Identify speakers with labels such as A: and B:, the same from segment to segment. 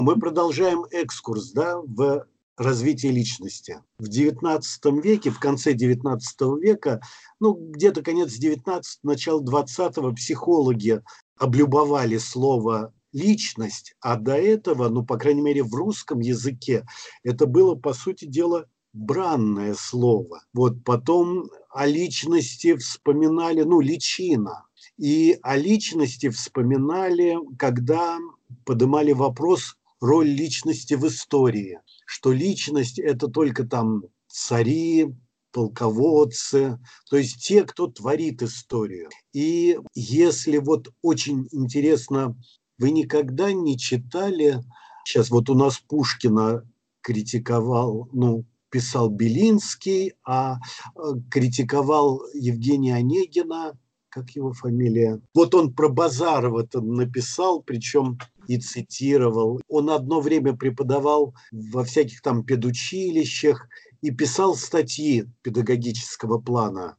A: Мы продолжаем экскурс, да, в развитии личности. В XIX веке, в конце XIX века, ну, где-то конец XIX, начало XX, психологи облюбовали слово «личность», а до этого, ну, по крайней мере, в русском языке, это было, по сути дела, бранное слово. Вот потом о личности вспоминали, ну, личина. И о личности вспоминали, когда поднимали вопрос роль личности в истории, что личность – это только там цари, полководцы, то есть те, кто творит историю. И если вот очень интересно, вы никогда не читали, сейчас вот у нас Пушкина критиковал, ну, писал Белинский, а критиковал Евгения Онегина, как его фамилия? Вот он про Базарова-то написал, причем и цитировал. Он одно время преподавал во всяких там педучилищах и писал статьи педагогического плана.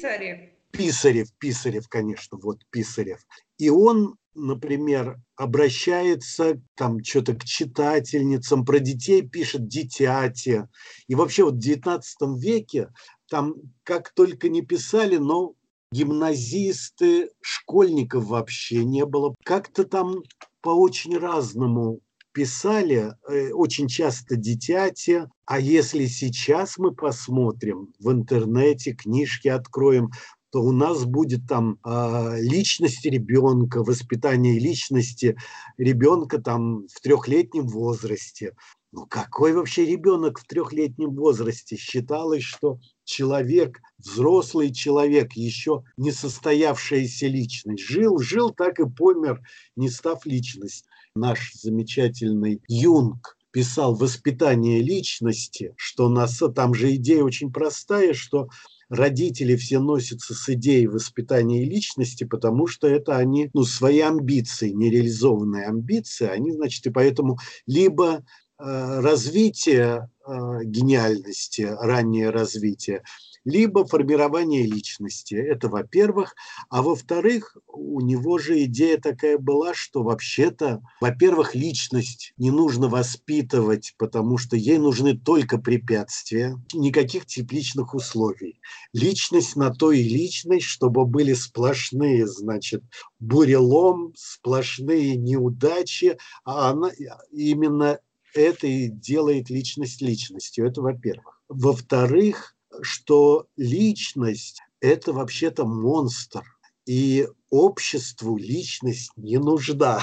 A: Писарев, конечно, вот Писарев. И он, например, обращается там что-то к читательницам, про детей пишет «дитяти». И вообще вот в XIX веке там как только не писали, но гимназисты, школьников вообще не было. Как-то там по очень разному писали, очень часто дитяти. А если сейчас мы посмотрим в интернете, книжки откроем, то у нас будет там личность ребенка, воспитание личности ребенка там в 3-летнем возрасте. Ну какой вообще ребенок в 3-летнем возрасте? Считалось, что человек, взрослый человек, еще не состоявшаяся личность, жил, так и помер, не став личностью. Наш замечательный Юнг писал «Воспитание личности», что там же идея очень простая, что родители все носятся с идеей воспитания личности, потому что это они, ну, свои амбиции, нереализованные амбиции, они, значит, и поэтому либо развитие гениальности, раннее развитие, либо формирование личности. Это во-первых. А во-вторых, у него же идея такая была, что вообще-то, во-первых, личность не нужно воспитывать, потому что ей нужны только препятствия, никаких тепличных условий. Личность на то и личность, чтобы были сплошные, значит, бурелом, сплошные неудачи, а она именно это и делает личность личностью. Это во-первых. Во-вторых, что личность – это вообще-то монстр, и обществу личность не нужна.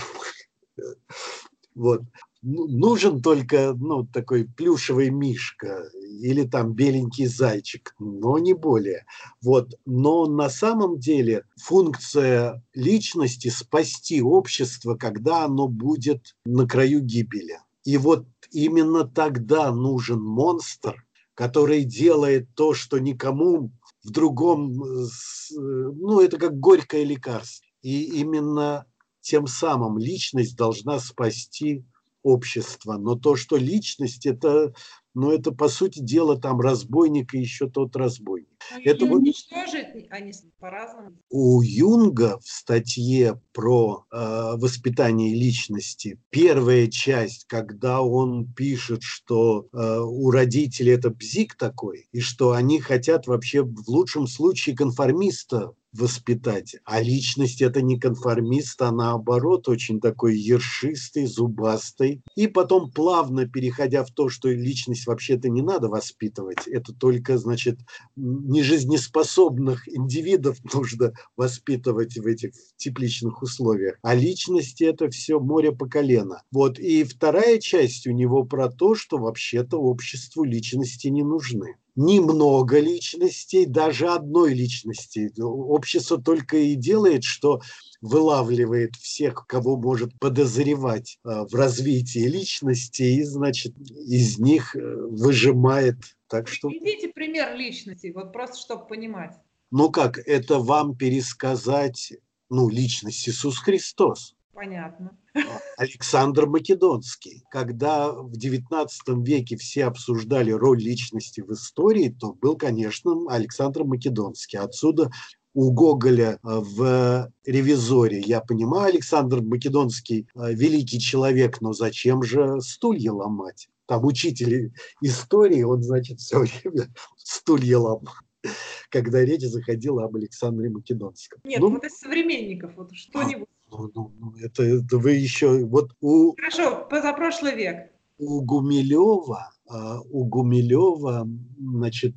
A: Вот. Нужен только, ну, такой плюшевый мишка или там беленький зайчик, но не более. Вот. Но на самом деле функция личности – спасти общество, когда оно будет на краю гибели. И вот именно тогда нужен монстр, который делает то, что никому в другом, ну, это как горькое лекарство. И именно тем самым личность должна спасти общество. Но то, что личность, это, ну, это по сути дела там разбойник и еще тот разбойник. Это вот
B: уничтожить они по-разному.
A: У Юнга в статье про воспитание личности первая часть, когда он пишет, что у родителей это бзик такой, и что они хотят вообще в лучшем случае конформиста воспитать. А личность – это не конформист, а наоборот очень такой ершистый, зубастый. И потом плавно переходя в то, что личность вообще-то не надо воспитывать, это только, значит, нежизнеспособных индивидов нужно воспитывать в этих тепличных условиях. А личности – это все море по колено. Вот. И вторая часть у него про то, что вообще-то обществу личности не нужны. Немного личностей, даже одной личности. Общество только и делает, что вылавливает всех, кого может подозревать в развитии личности, и, значит, из них выжимает. Так что...
B: Приведите пример личности, вот просто чтобы понимать.
A: Ну как, это вам пересказать, ну, личность Иисус Христос.
B: Понятно.
A: Александр Македонский. Когда в XIX веке все обсуждали роль личности в истории, то был, конечно, Александр Македонский. Отсюда у Гоголя в «Ревизоре». Я понимаю, Александр Македонский великий человек, но зачем же стулья ломать? Там учитель истории, он, значит, все время стулья ломал, когда речь заходила об Александре Македонском.
B: Нет, вот из современников, вот что-нибудь.
A: Это вы еще... Вот
B: Хорошо, позапрошлый век.
A: у Гумилева, значит,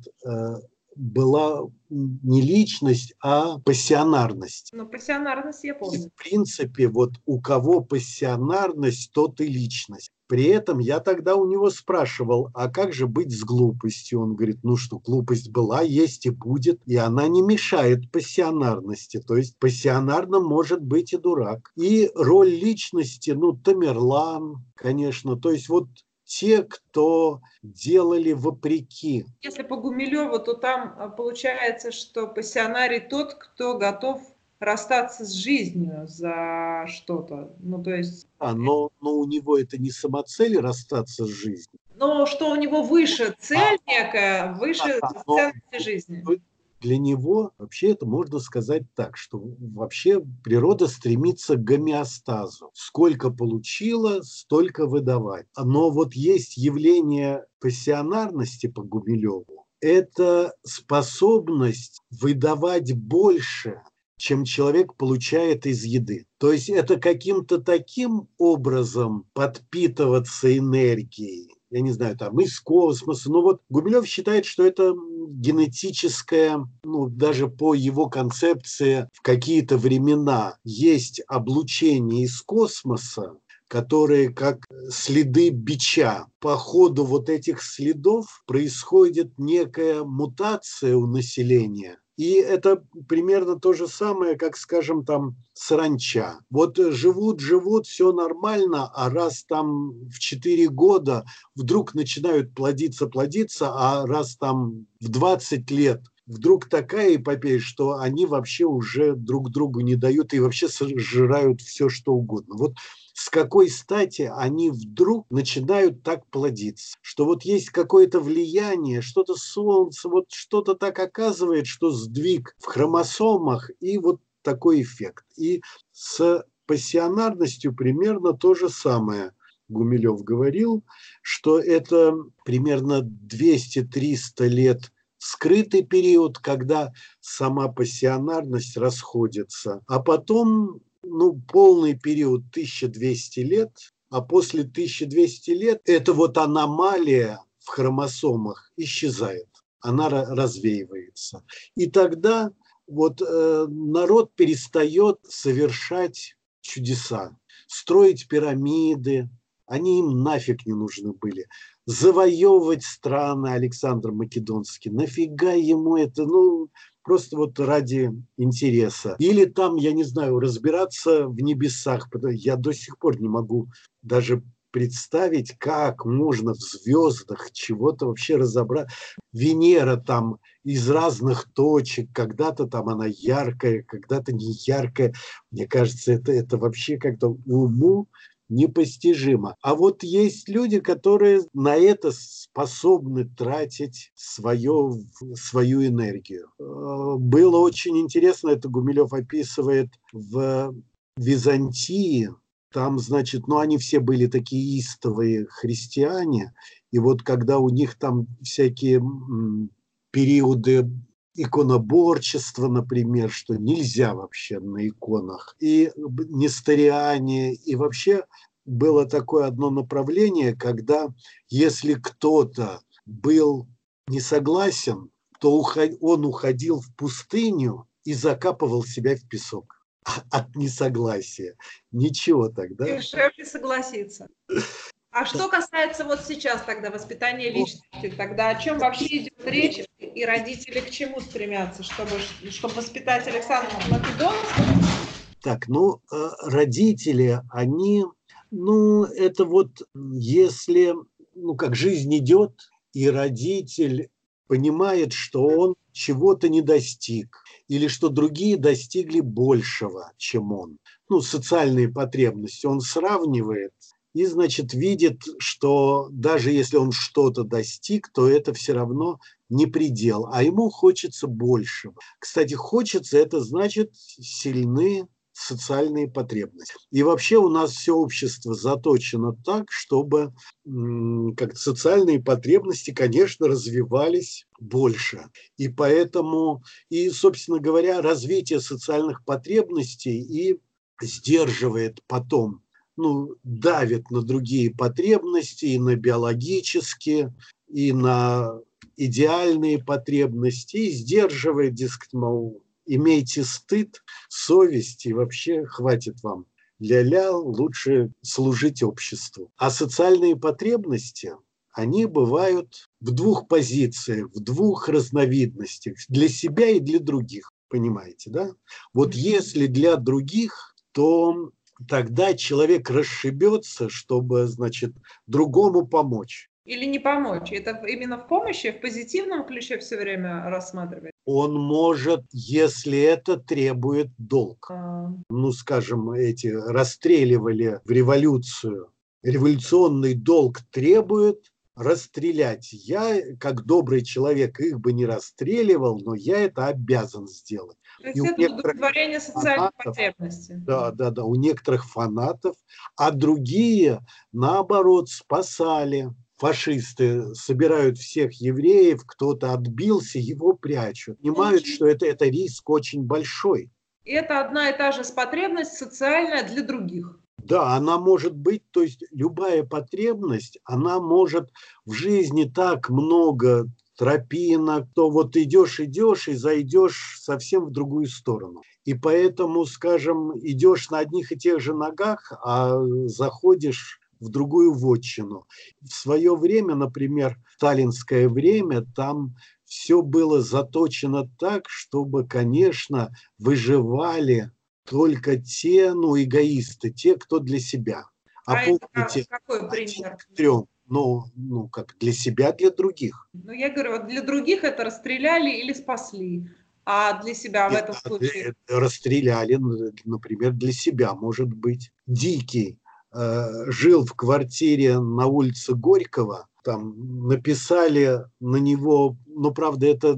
A: была не личность, а пассионарность.
B: Ну, пассионарность я
A: И,
B: помню.
A: в принципе, вот у кого пассионарность, тот и личность. При этом я тогда у него спрашивал, а как же быть с глупостью? Он говорит, ну что, глупость была, есть и будет, и она не мешает пассионарности. То есть пассионарным может быть и дурак. И роль личности, ну, Тамерлан, конечно. То есть вот те, кто делали вопреки.
B: Если по Гумилеву, то там получается, что пассионарий тот, кто готов расстаться с жизнью за что-то. Ну, то есть...
A: Но у него это не самоцель расстаться с жизнью.
B: Но что у него выше цель некая, выше ценности жизни.
A: Для него вообще это можно сказать так, что вообще природа стремится к гомеостазу. Сколько получила, столько выдавать. Но вот есть явление пассионарности по Гумилеву. Это способность выдавать больше, чем человек получает из еды. То есть это каким-то таким образом подпитываться энергией, я не знаю, там, из космоса. Но вот Гумилев считает, что это генетическое, ну, даже по его концепции, в какие-то времена есть облучение из космоса, которые как следы бича. По ходу вот этих следов происходит некая мутация у населения. И это примерно то же самое, как, скажем, там саранча. Вот живут, все нормально, а раз там в 4 года вдруг начинают плодиться, а раз там в 20 лет вдруг такая эпопея, что они вообще уже друг другу не дают и вообще сжирают все, что угодно. Вот с какой стати они вдруг начинают так плодиться? Что вот есть какое-то влияние, что-то солнце, вот что-то так оказывает, что сдвиг в хромосомах и вот такой эффект. И с пассионарностью примерно то же самое. Гумилев говорил, что это примерно 200-300 лет скрытый период, когда сама пассионарность расходится, а потом полный период 1200 лет, а после 1200 лет эта вот аномалия в хромосомах исчезает, она развеивается. И тогда вот народ перестает совершать чудеса, строить пирамиды, они им нафиг не нужны были. Завоевывать страны Александр Македонский, нафига ему это, просто вот ради интереса. Или там, я не знаю, разбираться в небесах. Я до сих пор не могу даже представить, как можно в звездах чего-то вообще разобрать. Венера там из разных точек, когда-то там она яркая, когда-то не яркая. Мне кажется, это вообще как-то уму непостижимо. А вот есть люди, которые на это способны тратить свою энергию. Было очень интересно, это Гумилев описывает в Византии. Там, значит, они все были такие истовые христиане, и вот когда у них там всякие периоды иконоборчества, например, что нельзя вообще на иконах, и несториане, и вообще было такое одно направление, когда если кто-то был не согласен, то он уходил в пустыню и закапывал себя в песок от несогласия. Ничего тогда.
B: Дешевле согласиться. А что касается вот сейчас тогда воспитания личности, тогда о чем вообще идет речь, и родители к чему стремятся, чтобы воспитать Александра Македонского?
A: Так, родители, они, это вот если, как жизнь идет, и родитель понимает, что он чего-то не достиг, или что другие достигли большего, чем он. Социальные потребности он сравнивает и, значит, видит, что даже если он что-то достиг, то это все равно не предел, а ему хочется большего. Кстати, хочется – это значит сильны социальные потребности. И вообще у нас все общество заточено так, чтобы как социальные потребности, конечно, развивались больше. И поэтому, и, собственно говоря, развитие социальных потребностей и сдерживает потом, давит на другие потребности, и на биологические, и на идеальные потребности, и сдерживает, дескать, мол, имейте стыд, совесть, и вообще хватит вам ля-ля, лучше служить обществу. А социальные потребности, они бывают в двух позициях, в двух разновидностях, для себя и для других, понимаете, да? Вот если для других, то тогда человек расшибется, чтобы, значит, другому помочь.
B: Или не помочь? Это именно в помощи, в позитивном ключе все время рассматривать?
A: Он может, если это требует долг. Скажем, эти расстреливали в революцию. Революционный долг требует расстрелять. Я, как добрый человек, их бы не расстреливал, но я это обязан сделать.
B: То есть это удовлетворение социальных потребностей.
A: Да, у некоторых фанатов, а другие, наоборот, спасали. Фашисты собирают всех евреев, кто-то отбился, его прячут. Понимают, что это риск очень большой.
B: И это одна и та же потребность социальная для других.
A: Да, она может быть, то есть любая потребность, она может в жизни так много тропинок, то вот идешь и зайдешь совсем в другую сторону. И поэтому, скажем, идешь на одних и тех же ногах, а заходишь в другую вотчину. В свое время, например, в сталинское время, там все было заточено так, чтобы, конечно, выживали только те, эгоисты, те, кто для себя.
B: А помните, какой пример?
A: 1 к 3, как для себя, для других.
B: Я говорю, вот для других это расстреляли или спасли, а для себя в этом случае?
A: Расстреляли, например, для себя, может быть. Дикий жил в квартире на улице Горького, написали на него, правда, это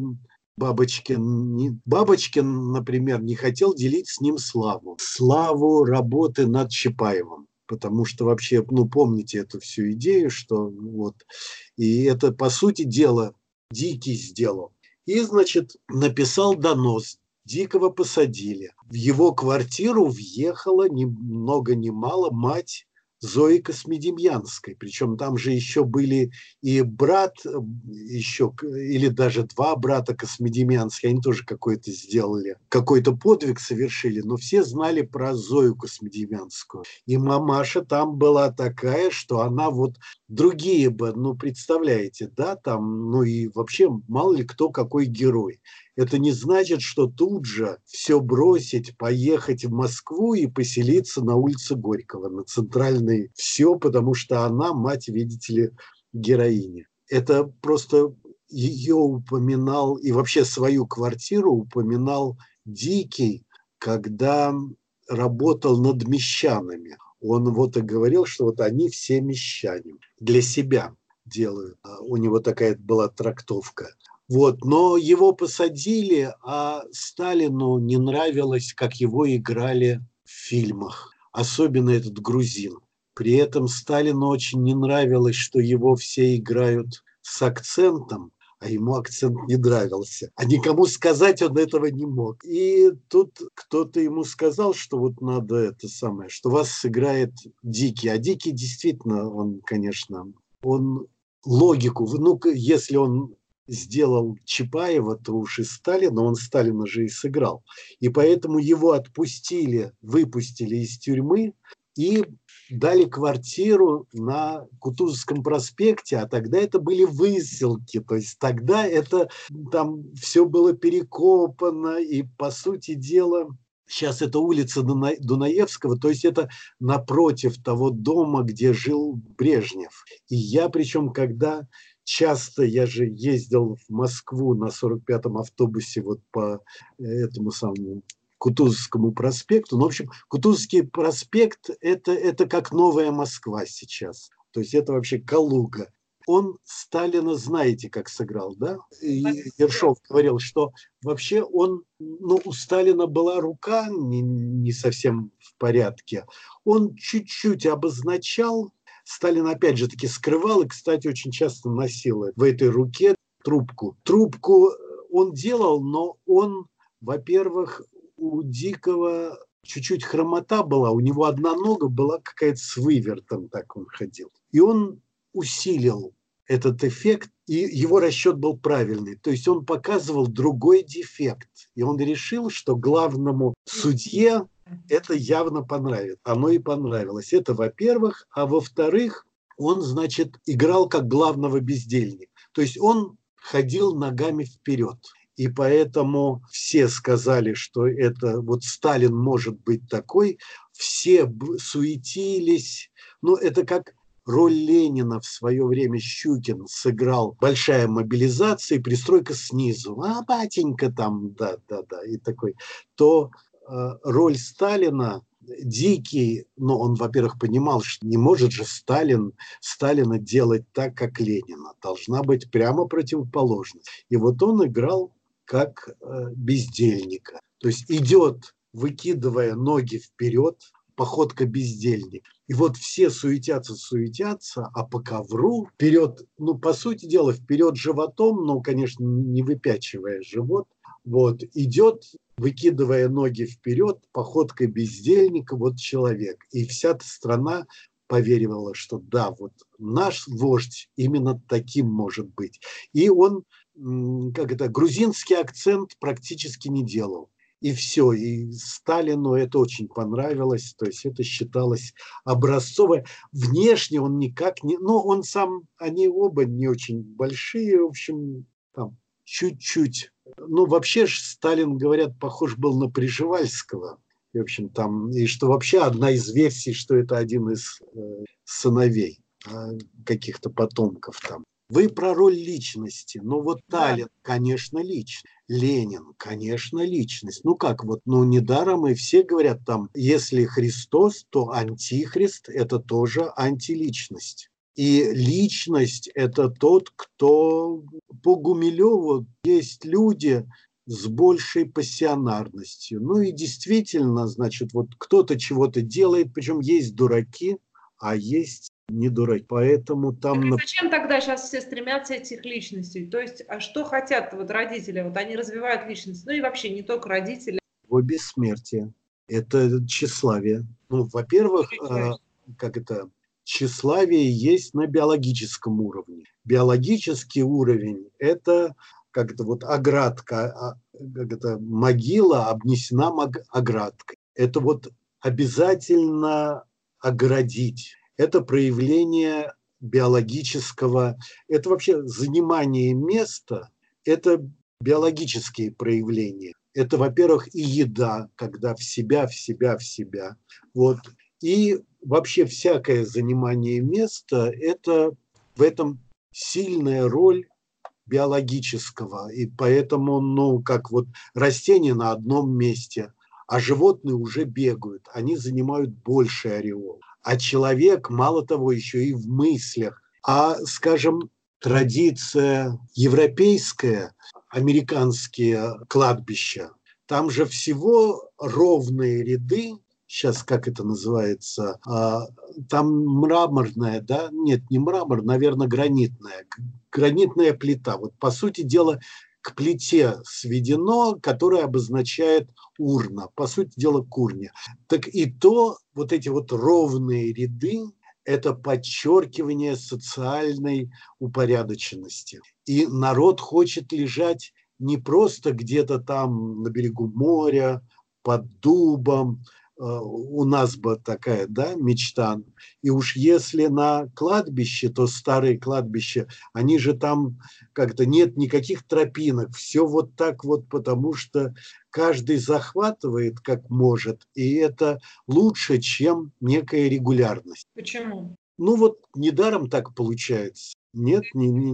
A: Бабочкин, например, не хотел делить с ним славу работы над Чапаевым, потому что вообще, помните эту всю идею, что и это, по сути дела, Дикий сделал. И, значит, написал донос. Дикого посадили. В его квартиру въехала ни много ни мало мать Зои Космедемьянской. Причем там же еще были и брат, или даже 2 брата Космедемьянские. Они тоже какой-то подвиг совершили, но все знали про Зою Космедемьянскую. И мамаша там была такая, что она другие бы, представляете, да, и вообще мало ли кто какой герой. Это не значит, что тут же все бросить, поехать в Москву и поселиться на улице Горького, на центральной. Все, потому что она мать, видите ли, героини. Это просто ее упоминал, и вообще свою квартиру упоминал Дикий, когда работал над мещанами. Он и говорил, что они все мещане. Для себя делают. У него такая была трактовка. Но его посадили, а Сталину не нравилось, как его играли в фильмах, особенно этот грузин. При этом Сталину очень не нравилось, что его все играют с акцентом, а ему акцент не нравился. А никому сказать он этого не мог. И тут кто-то ему сказал, что надо что вас сыграет Дикий. А Дикий действительно, он логику, если он сделал Чапаева, то уж и Сталина, он Сталина же и сыграл. И поэтому его выпустили из тюрьмы и дали квартиру на Кутузовском проспекте, а тогда это были выселки, то есть тогда там все было перекопано, и, по сути дела, сейчас это улица Дунаевского, то есть это напротив того дома, где жил Брежнев. И я, причем, когда часто я же ездил в Москву на 45-м автобусе по этому самому Кутузовскому проспекту. Ну, в общем, Кутузовский проспект – это как новая Москва сейчас. То есть это вообще Калуга. Он Сталина, знаете, как сыграл, да? И Ершов говорил, что вообще он, ну, у Сталина была рука не совсем в порядке. Он чуть-чуть обозначал. Сталин, опять же таки, скрывал и, кстати, очень часто носил в этой руке трубку. Трубку он делал, но он, во-первых, у Дикого чуть-чуть хромота была, у него одна нога была какая-то с вывертом, так он ходил. И он усилил этот эффект, и его расчет был правильный. То есть он показывал другой дефект. И он решил, что главному судье это явно понравится. Оно и понравилось. Это во-первых. А во-вторых, он, значит, играл как главного бездельника. То есть он ходил ногами вперед. И поэтому все сказали, что это вот Сталин может быть такой. Все суетились. Ну, это как роль Ленина в свое время Щукин сыграл. Большая мобилизация и пристройка снизу. А, батенька там, да, и такой. То роль Сталина Дикий, но он, во-первых, понимал, что не может же Сталина делать так, как Ленина. Должна быть прямо противоположность. И вот он играл как бездельника. То есть идет, выкидывая ноги вперед, походка бездельник. И вот все суетятся, а по ковру вперед, ну, по сути дела, вперед животом, ну, конечно, не выпячивая живот, вот, идет, выкидывая ноги вперед, походкой бездельника, вот человек. И вся страна поверила, что да, вот наш вождь именно таким может быть. И он, грузинский акцент практически не делал. И все, и Сталину это очень понравилось, то есть это считалось образцовое. Внешне он никак не, ну, он сам, они оба не очень большие, в общем, там, чуть-чуть. Ну, вообще же Сталин, говорят, похож был на Пржевальского. И, в общем, там, и что вообще одна из версий, что это один из сыновей каких-то потомков там. Вы про роль личности. Ну, вот Сталин, конечно, личность. Ленин, конечно, личность. Ну, как вот, ну, недаром и все говорят там, если Христос, то антихрист – это тоже антиличность. И личность – это тот, кто по Гумилеву есть люди с большей пассионарностью. Ну и действительно, значит, вот кто-то чего-то делает, причем есть дураки, а есть не дураки. Поэтому там...
B: Так зачем тогда сейчас все стремятся этих личностей? То есть, а что хотят вот родители? Вот они развивают личность, ну и вообще не только родители.
A: Его бессмертие. Это тщеславие. Ну, во-первых, тщеславие есть на биологическом уровне. Биологический уровень – это вот оградка, могила обнесена оградкой. Это вот обязательно оградить. Это проявление биологического, это вообще занимание места, это биологические проявления. Это, во-первых, и еда, когда в себя. Вот. И вообще всякое занимание места – это в этом сильная роль биологического. И поэтому, ну, как вот растения на одном месте, а животные уже бегают, они занимают больший ореол. А человек, мало того, еще и в мыслях. А, скажем, традиция европейская, американские кладбища, там же всего ровные ряды, сейчас как это называется, там мраморная, да? Нет, не мрамор, наверное, гранитная плита. Вот, по сути дела, к плите сведено, которое обозначает урна, по сути дела, курня. Так и то вот эти вот ровные ряды – это подчеркивание социальной упорядоченности. И народ хочет лежать не просто где-то там на берегу моря, под дубом. У нас бы такая, да, мечта. И уж если на кладбище, то старые кладбища, они же там как-то нет никаких тропинок. Все вот так вот, потому что каждый захватывает как может, и это лучше, чем некая регулярность.
B: Почему?
A: Ну вот недаром так получается. Нет, не.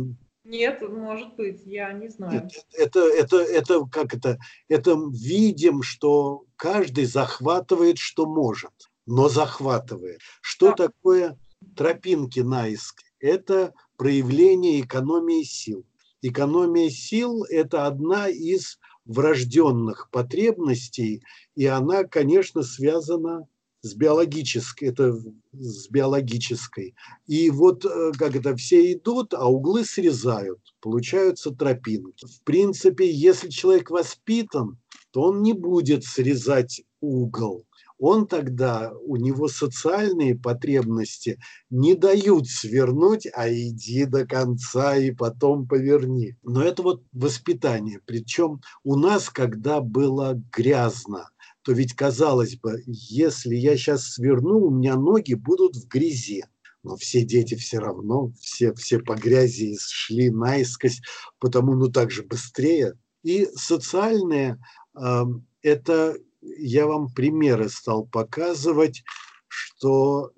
B: Нет, может быть, я не знаю.
A: Нет, это как это видим, что каждый захватывает, что может, но захватывает. Что
B: Да.
A: такое тропинки наиск? Это проявление экономии сил. Экономия сил – это одна из врожденных потребностей, и она, конечно, связана с биологической, это с биологической. И вот как это все идут, а углы срезают, получаются тропинки. В принципе, если человек воспитан, то он не будет срезать угол. Он тогда, у него социальные потребности не дают свернуть, а иди до конца и потом поверни. Но это вот воспитание. Причем у нас, когда было грязно, то ведь, казалось бы, если я сейчас сверну, у меня ноги будут в грязи. Но все дети все равно, все по грязи шли наискось, потому ну так же быстрее. И социальное это я вам примеры стал показывать, что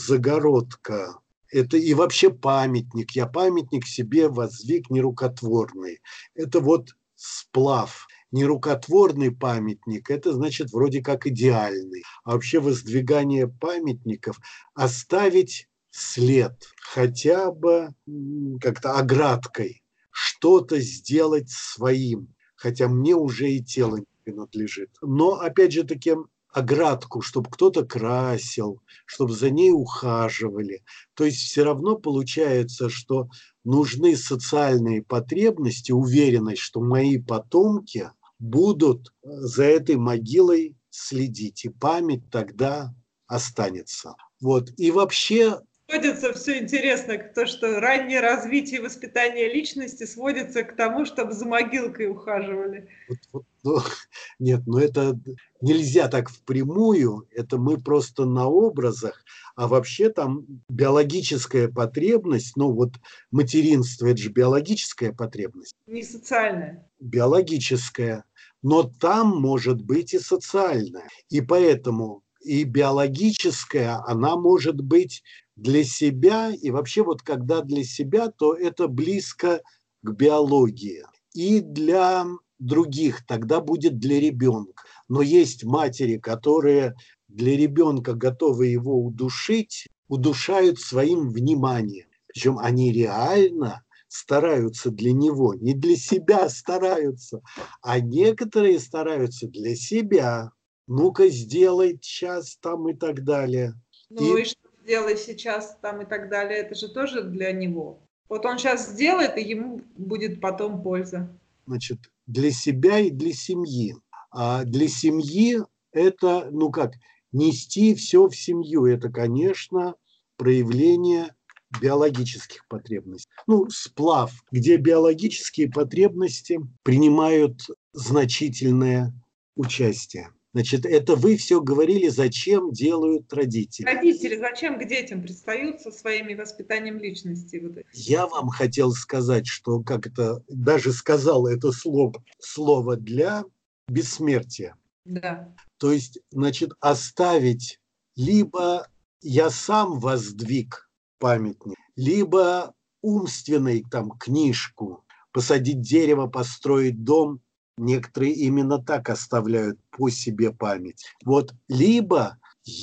A: загородка – это и вообще памятник. Я памятник себе воздвиг нерукотворный. Это вот сплав. Нерукотворный памятник – это значит вроде как идеальный. А вообще воздвигание памятников – оставить след, хотя бы как-то оградкой, что-то сделать своим, хотя мне уже и тело не принадлежит. Но, опять же таки, оградку, чтобы кто-то красил, чтобы за ней ухаживали. То есть все равно получается, что нужны социальные потребности, уверенность, что мои потомки будут за этой могилой следить, и память тогда останется. Вот. И вообще
B: Сводится все интересно, то, что раннее развитие и воспитание личности сводится к тому, чтобы за могилкой ухаживали.
A: ну, нет, но это нельзя так впрямую, это мы просто на образах, а вообще там биологическая потребность, ну вот материнство – это же биологическая потребность,
B: Не социальное.
A: биологическая, но там может быть и социальная. И поэтому и биологическая, она может быть для себя, и вообще вот когда для себя, то это близко к биологии. И для других тогда будет для ребенка. Но есть матери, которые для ребенка готовы его удушить, удушают своим вниманием. Причем они реально стараются для него, не для себя стараются, а некоторые стараются для себя. Ну-ка, сделай сейчас там и так далее.
B: Ну
A: И,
B: и что сделай сейчас там и так далее, это же тоже для него. Вот он сейчас сделает, и ему будет потом польза.
A: значит, для себя и для семьи. А для семьи это, ну как, нести все в семью. Это, конечно, проявление биологических потребностей. Ну, сплав, где биологические потребности принимают значительное участие. Значит, это вы все говорили, зачем делают родители.
B: Родители зачем к детям пристают со своими воспитанием личности? Вот
A: Я вам хотел сказать, что как это, даже сказал это слово для бессмертия.
B: да.
A: То есть, значит, оставить либо я сам воздвиг памятник, либо умственный там книжку, посадить дерево, построить дом. Некоторые именно так оставляют по себе память. Вот либо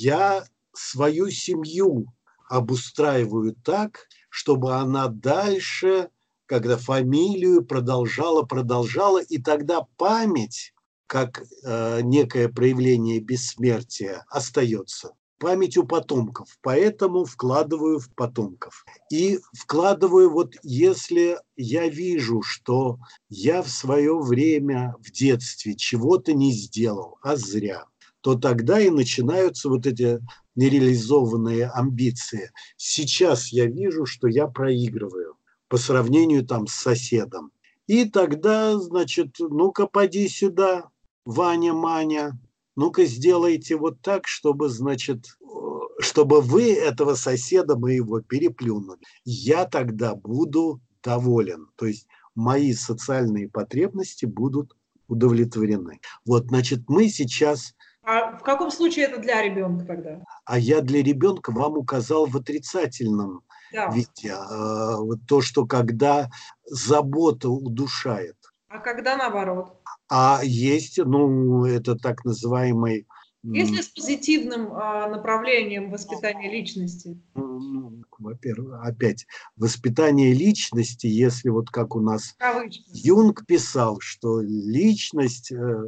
A: я свою семью обустраиваю так, чтобы она дальше, когда фамилию продолжала, и тогда память как некое проявление бессмертия остается. Память у потомков, поэтому вкладываю в потомков. И вкладываю, вот если я вижу, что я в свое время в детстве чего-то не сделал, а зря, то тогда и начинаются вот эти нереализованные амбиции. Сейчас я вижу, что я проигрываю по сравнению там с соседом. И тогда, значит, ну-ка, поди сюда, Ваня, Маня, ну-ка сделайте вот так, чтобы, значит, чтобы вы этого соседа моего переплюнули. Я тогда буду доволен. То есть мои социальные потребности будут удовлетворены. Вот, значит, мы сейчас...
B: А в каком случае это для ребенка тогда?
A: А я для ребенка вам указал в отрицательном.
B: Да.
A: Витя, вот то, что когда забота удушает.
B: А когда наоборот?
A: А есть, ну, это так называемый,
B: Если с позитивным направлением воспитания личности?
A: ну, во-первых, опять, воспитание личности, если вот как у нас
B: Кавычки.
A: Юнг писал, что личность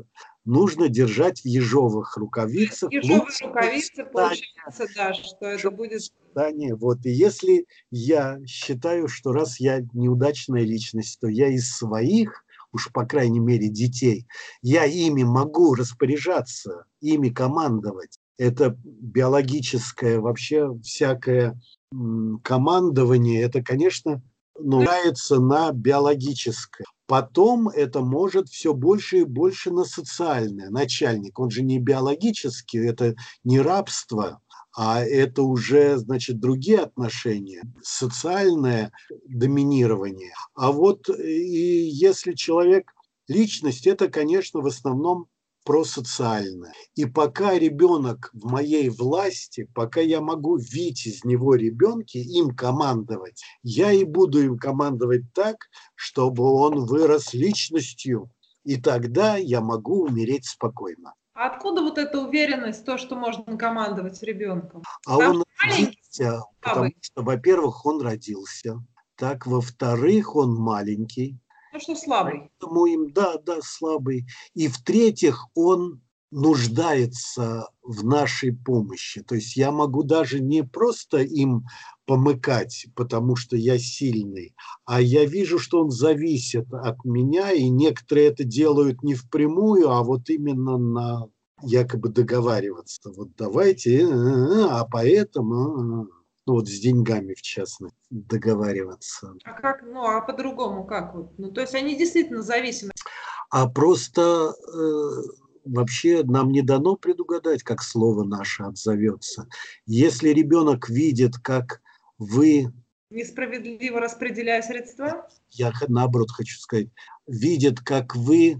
A: нужно держать в ежовых рукавицах.
B: Ежовые
A: Лучше
B: рукавицы, получается, да, что это будет...
A: воспитание. Вот. И если я считаю, что раз я неудачная личность, то я из своих, уж по крайней мере детей, я ими могу распоряжаться, ими командовать. Это биологическое вообще всякое командование, это, конечно, опирается на биологическое. Потом это может все больше и больше на социальное. Начальник, он же не биологический, это не рабство, а это уже, значит, другие отношения, социальное доминирование. А вот и если человек, личность, это, конечно, в основном просоциальное. И пока ребенок в моей власти, пока я могу видеть из него ребенка, им командовать, я и буду им командовать так, чтобы он вырос личностью, и тогда я могу умереть спокойно.
B: А откуда вот эта уверенность, то, что можно командовать ребенком?
A: А
B: Там
A: он
B: маленький,
A: родился, потому
B: слабый.
A: что, во-первых, он родился, так, во-вторых, он маленький,
B: Ну что слабый?
A: поэтому им, да, да, слабый, и в-третьих, он нуждается в нашей помощи. То есть я могу даже не просто им помыкать, потому что я сильный, а я вижу, что он зависит от меня, и некоторые это делают не впрямую, а вот именно на якобы договариваться. Вот давайте, а поэтому, ну вот с деньгами в частности, договариваться.
B: А как, ну, а по-другому как вот? Ну, то есть они действительно зависимы.
A: А просто вообще нам не дано предугадать, как слово наше отзовется. Если ребенок видит, как вы,
B: Несправедливо распределяя средства?
A: я наоборот хочу сказать, видит, как вы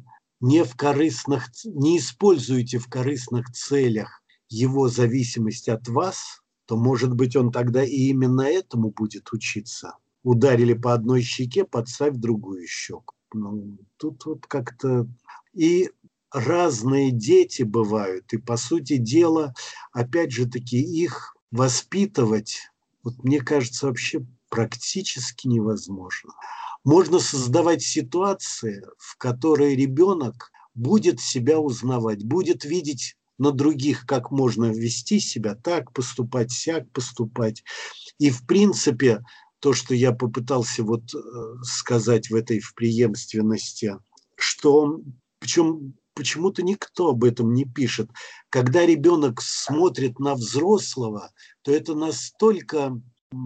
A: не используете в корыстных целях его зависимость от вас, то, может быть, он тогда и именно этому будет учиться. Ударили по одной щеке, подставь другую щеку. Ну, тут вот как-то... И разные дети бывают, и, по сути дела, опять же таки, их воспитывать, вот мне кажется, вообще практически невозможно. Можно создавать ситуации, в которой ребенок будет себя узнавать, будет видеть на других, как можно вести себя, так поступать, сяк поступать. И, в принципе, то, что я попытался вот сказать в этой в преемственности, что причем почему-то никто об этом не пишет. Когда ребенок смотрит на взрослого, то это настолько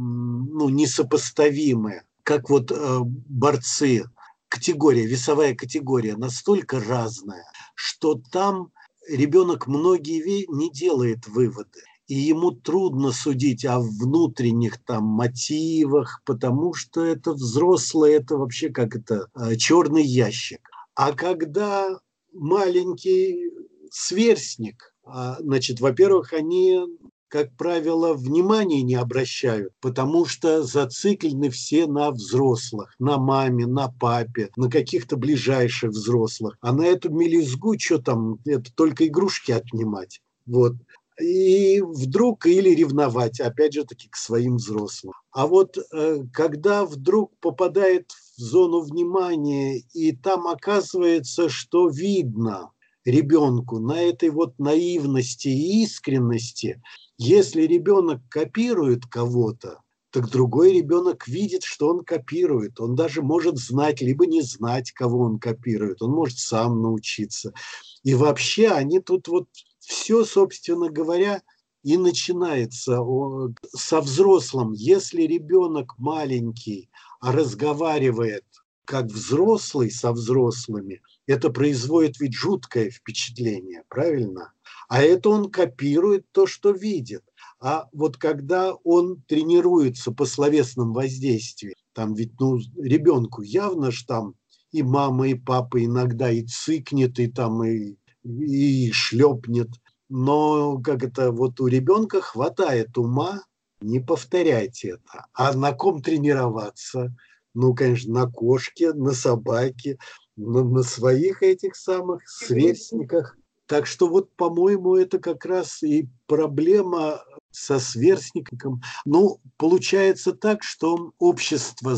A: несопоставимое, как вот борцы, категория, весовая категория настолько разная, что там ребенок многие не делает выводы. И ему трудно судить о внутренних там мотивах, потому что это взрослые, это вообще как это черный ящик. А когда маленький сверстник, значит, во-первых, они, как правило, внимания не обращают, потому что зациклены все на взрослых, на маме, на папе, на каких-то ближайших взрослых. А на эту мелюзгу, что там, это только игрушки отнимать. Вот. И вдруг или ревновать, опять же таки, к своим взрослым. А вот когда вдруг попадает в зону внимания, и там оказывается, что видно ребенку на этой вот наивности и искренности, если ребенок копирует кого-то, так другой ребенок видит, что он копирует. Он даже может знать, либо не знать, кого он копирует. Он может сам научиться. И вообще они тут вот все, собственно говоря, и начинается со взрослым. Если ребенок маленький, а разговаривает как взрослый со взрослыми, это производит ведь жуткое впечатление, правильно? А это он копирует то, что видит. А вот когда он тренируется по словесным воздействиям, там ведь ребенку явно ж там и мама, и папа иногда и цыкнет, и там и шлепнет. Но как это вот у ребенка хватает ума не повторяйте это. А на ком тренироваться? Ну, конечно, на кошке, на собаке, на своих этих самых сверстниках. Так что вот, по-моему, это как раз и проблема со сверстником. Ну, получается так, что общество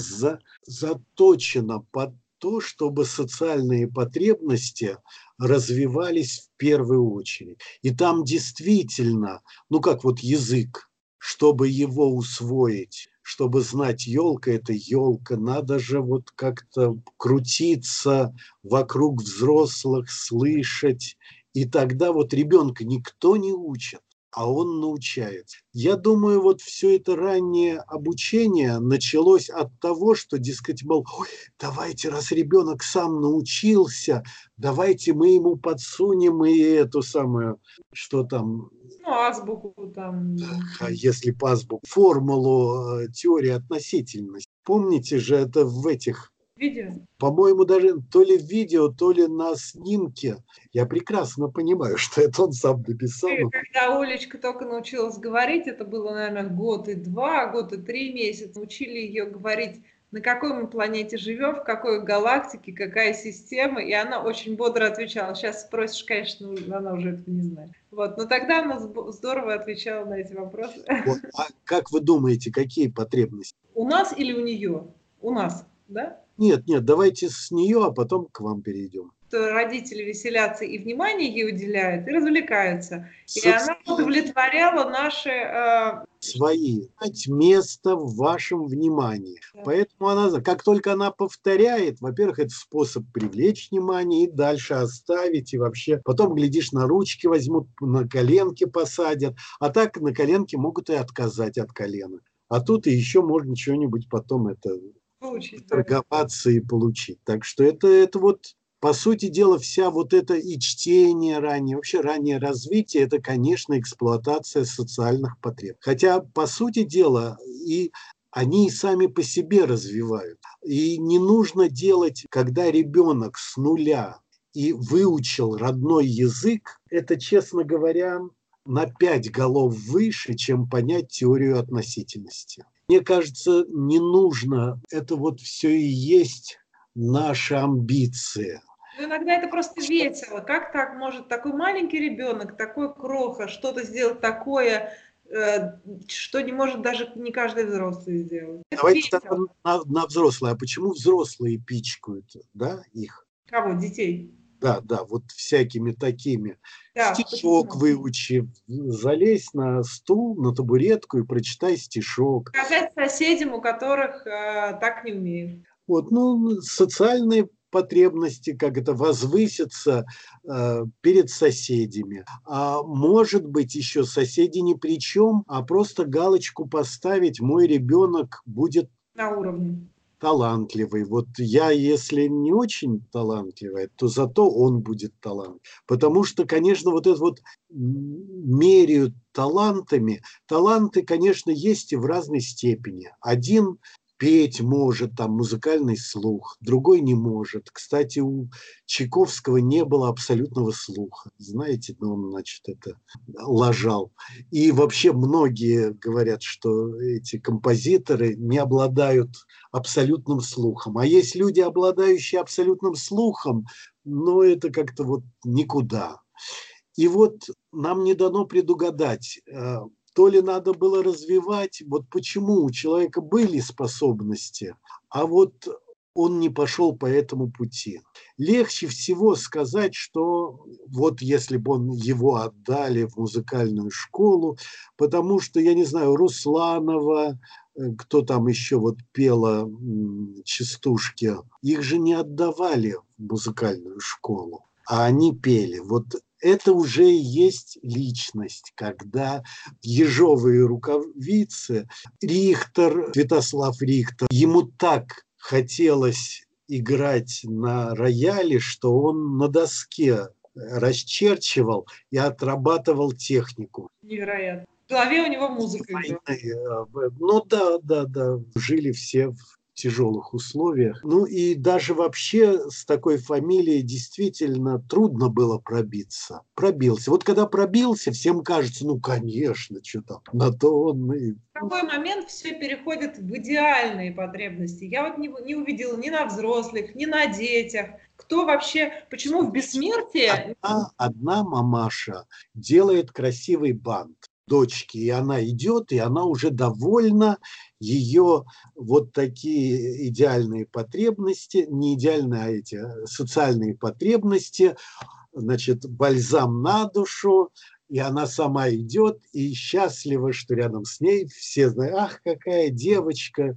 A: заточено под то, чтобы социальные потребности развивались в первую очередь. И там действительно, ну как вот язык, чтобы его усвоить, чтобы знать, елка – это елка, надо же вот как-то крутиться вокруг взрослых, слышать. И тогда вот ребенка никто не учит, а он научается. Я думаю, вот все это раннее обучение началось от того, что, дескать, мол, ой, давайте, раз ребенок сам научился, давайте мы ему подсунем и эту самую, что там,
B: Ну, азбуку там.
A: если по азбуку, формулу теории относительности. Помните же, это в этих,
B: Видео.
A: по-моему, даже то ли в видео, то ли на снимке. Я прекрасно понимаю, что это он сам написал.
B: Когда Олечка только научилась говорить, это было, наверное, год и 2, год и 3 месяца. Учили ее говорить, на какой мы планете живем, в какой галактике, какая система. И она очень бодро отвечала. Сейчас спросишь, конечно, она уже этого не знает. Вот. Но тогда она здорово отвечала на эти вопросы.
A: Вот. А как вы думаете, какие потребности?
B: У нас или у нее? У нас, да?
A: Нет, давайте с нее, а потом к вам перейдем.
B: Родители веселятся и внимание ей уделяют, и развлекаются. И она удовлетворяла наши...
A: свои, место в вашем внимании. Да. Поэтому она, как только она повторяет, во-первых, это способ привлечь внимание и дальше оставить, и вообще потом, глядишь, на ручки возьмут, на коленки посадят, а так на коленки могут и отказать от колена. А тут и еще можно что-нибудь потом это получить, торговаться, да, и получить. Так что это вот, по сути дела, вся вот это и чтение ранее, вообще раннее развитие, это, конечно, эксплуатация социальных потреб. Хотя, по сути дела, и они и сами по себе развивают. И не нужно делать, когда ребенок с нуля и выучил родной язык, это, честно говоря, на 5 голов выше, чем понять теорию относительности. Мне кажется, не нужно, это вот все и есть наша амбиция.
B: Ну, иногда это просто весело. Как так может такой маленький ребенок, такой кроха, что-то сделать такое, что не может даже не каждый взрослый сделать?
A: Давайте на взрослые. А почему взрослые пичкают, да, их?
B: Кого? Детей?
A: Да, вот всякими такими. Да, стишок выучи, залезь на стул, на табуретку и прочитай стишок.
B: Сказать соседям, у которых так не умеют.
A: Вот, социальные потребности, как это, возвыситься перед соседями. А может быть, еще соседи ни при чем, а просто галочку поставить, мой ребенок будет
B: на уровне.
A: Талантливый. Вот я, если не очень талантливый, то зато он будет талантливый. Потому что, конечно, вот это вот меряют талантами. Таланты, конечно, есть и в разной степени. Один петь может, там, музыкальный слух, другой не может. Кстати, у Чайковского не было абсолютного слуха. Знаете, он, значит, это лажал. И вообще многие говорят, что эти композиторы не обладают абсолютным слухом. А есть люди, обладающие абсолютным слухом, но это как-то вот никуда. И вот нам не дано предугадать, то ли надо было развивать, вот почему у человека были способности, а вот он не пошел по этому пути. Легче всего сказать, что вот если бы его отдали в музыкальную школу, потому что, я не знаю, Русланова, кто там еще вот пела частушки, их же не отдавали в музыкальную школу, а они пели. Вот это уже есть личность, когда ежовые рукавицы, Рихтер, Святослав Рихтер, ему так хотелось играть на рояле, что он на доске расчерчивал и отрабатывал технику.
B: Невероятно. В голове у него музыка.
A: Ну да, жили все в тяжелых условиях. Ну и даже вообще с такой фамилией действительно трудно было пробиться. Пробился. Вот когда пробился, всем кажется, ну, конечно, что там, на то он и...
B: В какой момент все переходит в идеальные потребности? Я вот не увидела ни на взрослых, ни на детях. Кто вообще, почему в бессмертии?
A: Одна мамаша делает красивый бант дочки, и она идет, и она уже довольна, ее вот такие идеальные потребности, не идеальные, а эти социальные потребности, значит, бальзам на душу, и она сама идет и счастлива, что рядом с ней все знают, ах, какая девочка.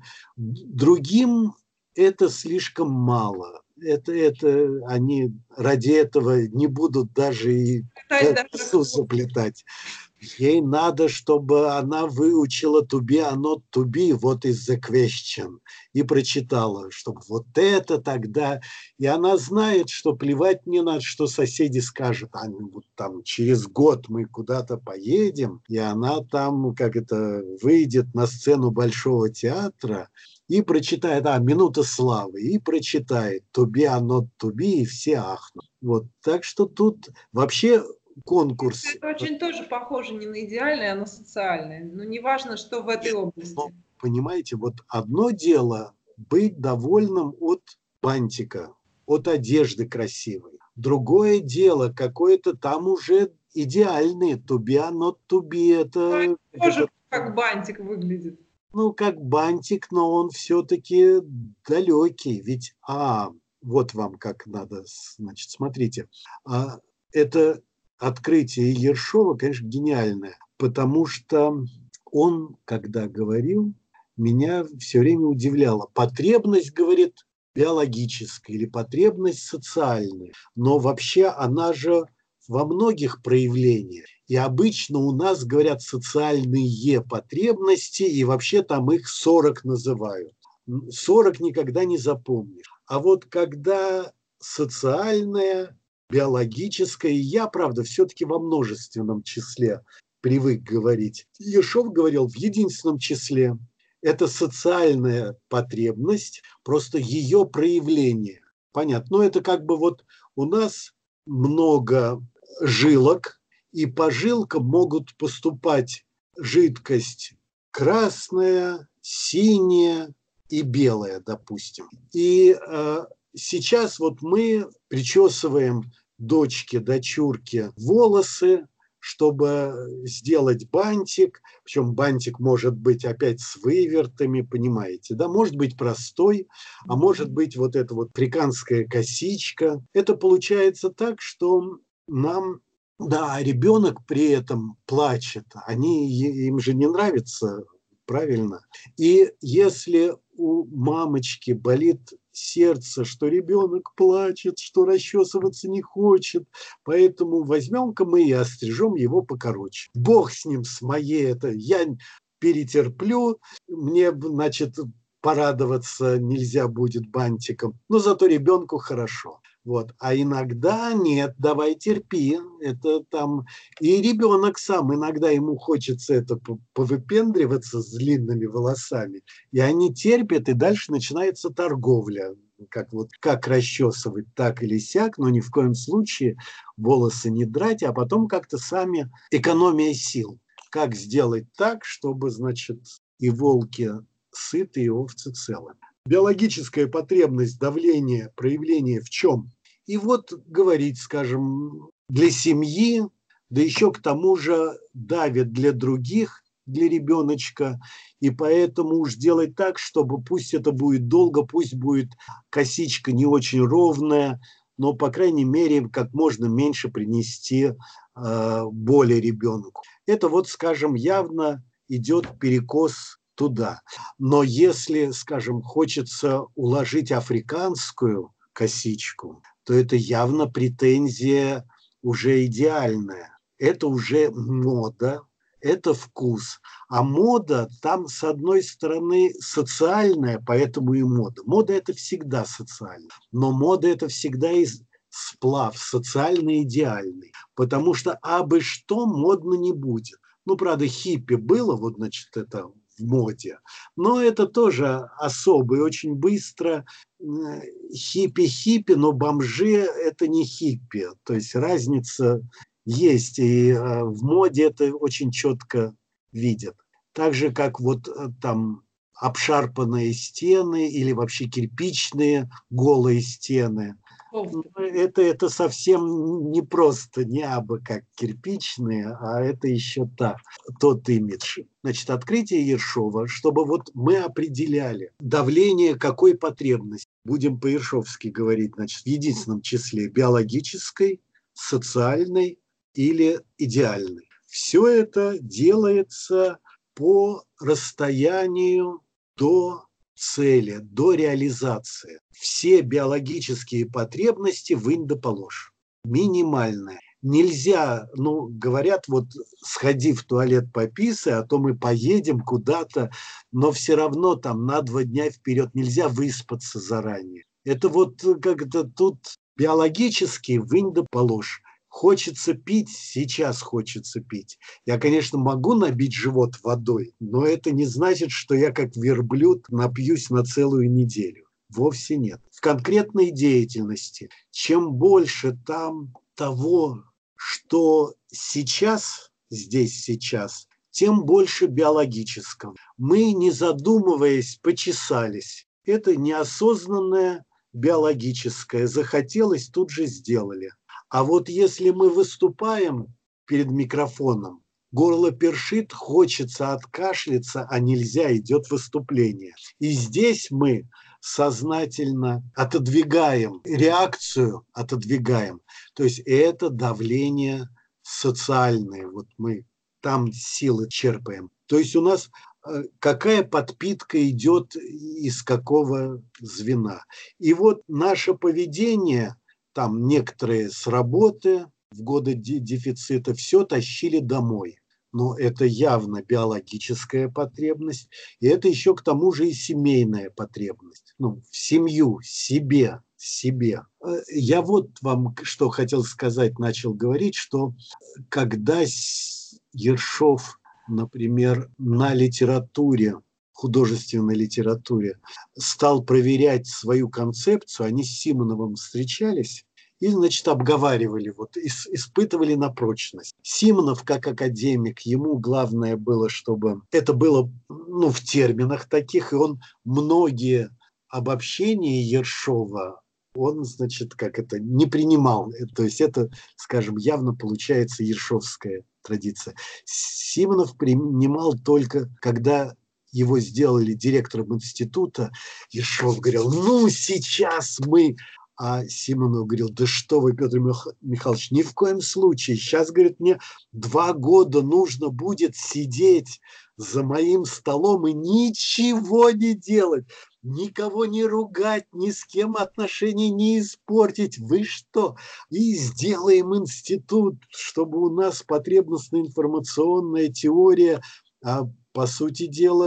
A: Другим это слишком мало. Это они ради этого не будут даже и косу заплетать. Ей надо, чтобы она выучила to be or not to be, what is the question, и прочитала, чтобы вот это тогда. И она знает, что плевать не надо, что соседи скажут, а вот там через год мы куда-то поедем, и она там, как это, выйдет на сцену Большого театра и прочитает, минута славы, и прочитает to be or not to be, и все ахнут. Вот, так что тут вообще конкурс.
B: Это очень тоже похоже не на идеальное, а на социальное. Но неважно, что в этой области.
A: Но, понимаете, вот одно дело быть довольным от бантика, от одежды красивой. Другое дело, какое-то там уже идеальное, to be or not to be. Это
B: тоже как бантик выглядит.
A: Ну, как бантик, но он все-таки далекий. Ведь, вот вам как надо, значит, смотрите. Это открытие Ершова, конечно, гениальное, потому что он, когда говорил, меня все время удивляло. Потребность, говорит, биологическая или потребность социальная, но вообще она же во многих проявлениях. И обычно у нас говорят социальные потребности, и вообще там их 40 называют. 40 никогда не запомнишь. А вот когда социальная, биологическая, я, правда, все-таки во множественном числе привык говорить. Ершов говорил в единственном числе. Это социальная потребность, просто ее проявление. Понятно. Но это как бы вот у нас много жилок, и по жилкам могут поступать жидкость красная, синяя и белая, допустим. И сейчас вот мы причесываем дочурке волосы, чтобы сделать бантик, причем бантик может быть опять с вывертами, понимаете, да, может быть простой, а может быть вот эта вот африканская косичка. Это получается так, что нам, да, ребенок при этом плачет, им же не нравится, правильно. И если у мамочки болит сердце, что ребенок плачет, что расчесываться не хочет, поэтому возьмем-ка мы и острижем его покороче. Бог с ним, с моей это, я перетерплю, мне, значит, порадоваться нельзя будет бантиком, но зато ребенку хорошо. Вот. А иногда нет, давай терпи, это там и ребенок сам, иногда ему хочется это повыпендриваться с длинными волосами, и они терпят, и дальше начинается торговля, как расчесывать так или сяк, но ни в коем случае волосы не драть, а потом как-то сами экономия сил, как сделать так, чтобы, значит, и волки сыты, и овцы целы. Биологическая потребность давления, проявление в чем? И вот говорить, скажем, для семьи, да еще к тому же давит для других, для ребеночка, и поэтому уж делать так, чтобы пусть это будет долго, пусть будет косичка не очень ровная, но, по крайней мере, как можно меньше принести боли ребенку. Это вот, скажем, явно идет перекос туда. Но если, скажем, хочется уложить африканскую косичку, то это явно претензия уже идеальная. Это уже мода, это вкус. А мода там, с одной стороны, социальная, поэтому и мода. Мода – это всегда социально. Но мода – это всегда и сплав социально-идеальный. Потому что абы что модно не будет. Ну, правда, хиппи было, вот, значит, это в моде. Но это тоже особо и очень быстро. Хиппи-хиппи, но бомжи – это не хиппи. То есть разница есть, и в моде это очень четко видят. Так же, как вот там обшарпанные стены или вообще кирпичные голые стены. Это совсем не просто, не абы как кирпичные, а это еще тот имидж. Значит, открытие Ершова, чтобы вот мы определяли давление какой потребности. Будем по-ершовски говорить, значит, в единственном числе биологической, социальной или идеальной. Все это делается по расстоянию до цели, до реализации. Все биологические потребности вынь да положь. Минимальные. Нельзя, говорят, вот сходи в туалет пописай, а то мы поедем куда-то, но все равно там на 2 дня вперед нельзя выспаться заранее. Это вот как-то тут биологически вынь да положь. Хочется пить, сейчас хочется пить. Я, конечно, могу набить живот водой, но это не значит, что я как верблюд напьюсь на целую неделю. Вовсе нет. В конкретной деятельности, чем больше там того, что здесь сейчас, тем больше биологического. Мы, не задумываясь, почесались. Это неосознанное биологическое. Захотелось, тут же сделали. А вот если мы выступаем перед микрофоном, горло першит, хочется откашляться, а нельзя, идет выступление. И здесь мы сознательно отодвигаем, реакцию отодвигаем. То есть это давление социальное. Вот мы там силы черпаем. То есть у нас какая подпитка идет из какого звена. И вот наше поведение, там некоторые с работы в годы дефицита все тащили домой. Но это явно биологическая потребность, и это еще к тому же и семейная потребность. В семью, себе. Я вот вам что хотел сказать, начал говорить, что когда Ершов, например, на литературе, художественной литературе, стал проверять свою концепцию, они с Симоновым встречались и, значит, обговаривали, испытывали на прочность. Симонов, как академик, ему главное было, чтобы это было в терминах таких, и он многие обобщения Ершова, он, значит, не принимал. То есть это, скажем, явно получается ершовская традиция. Симонов принимал только, когда его сделали директором института. Ершов говорил, сейчас мы... А Симонов говорил, да что вы, Петр Михайлович, ни в коем случае. Сейчас, говорит, мне 2 года нужно будет сидеть за моим столом и ничего не делать, никого не ругать, ни с кем отношения не испортить. Вы что? И сделаем институт, чтобы у нас потребностно-информационная теория, по сути дела,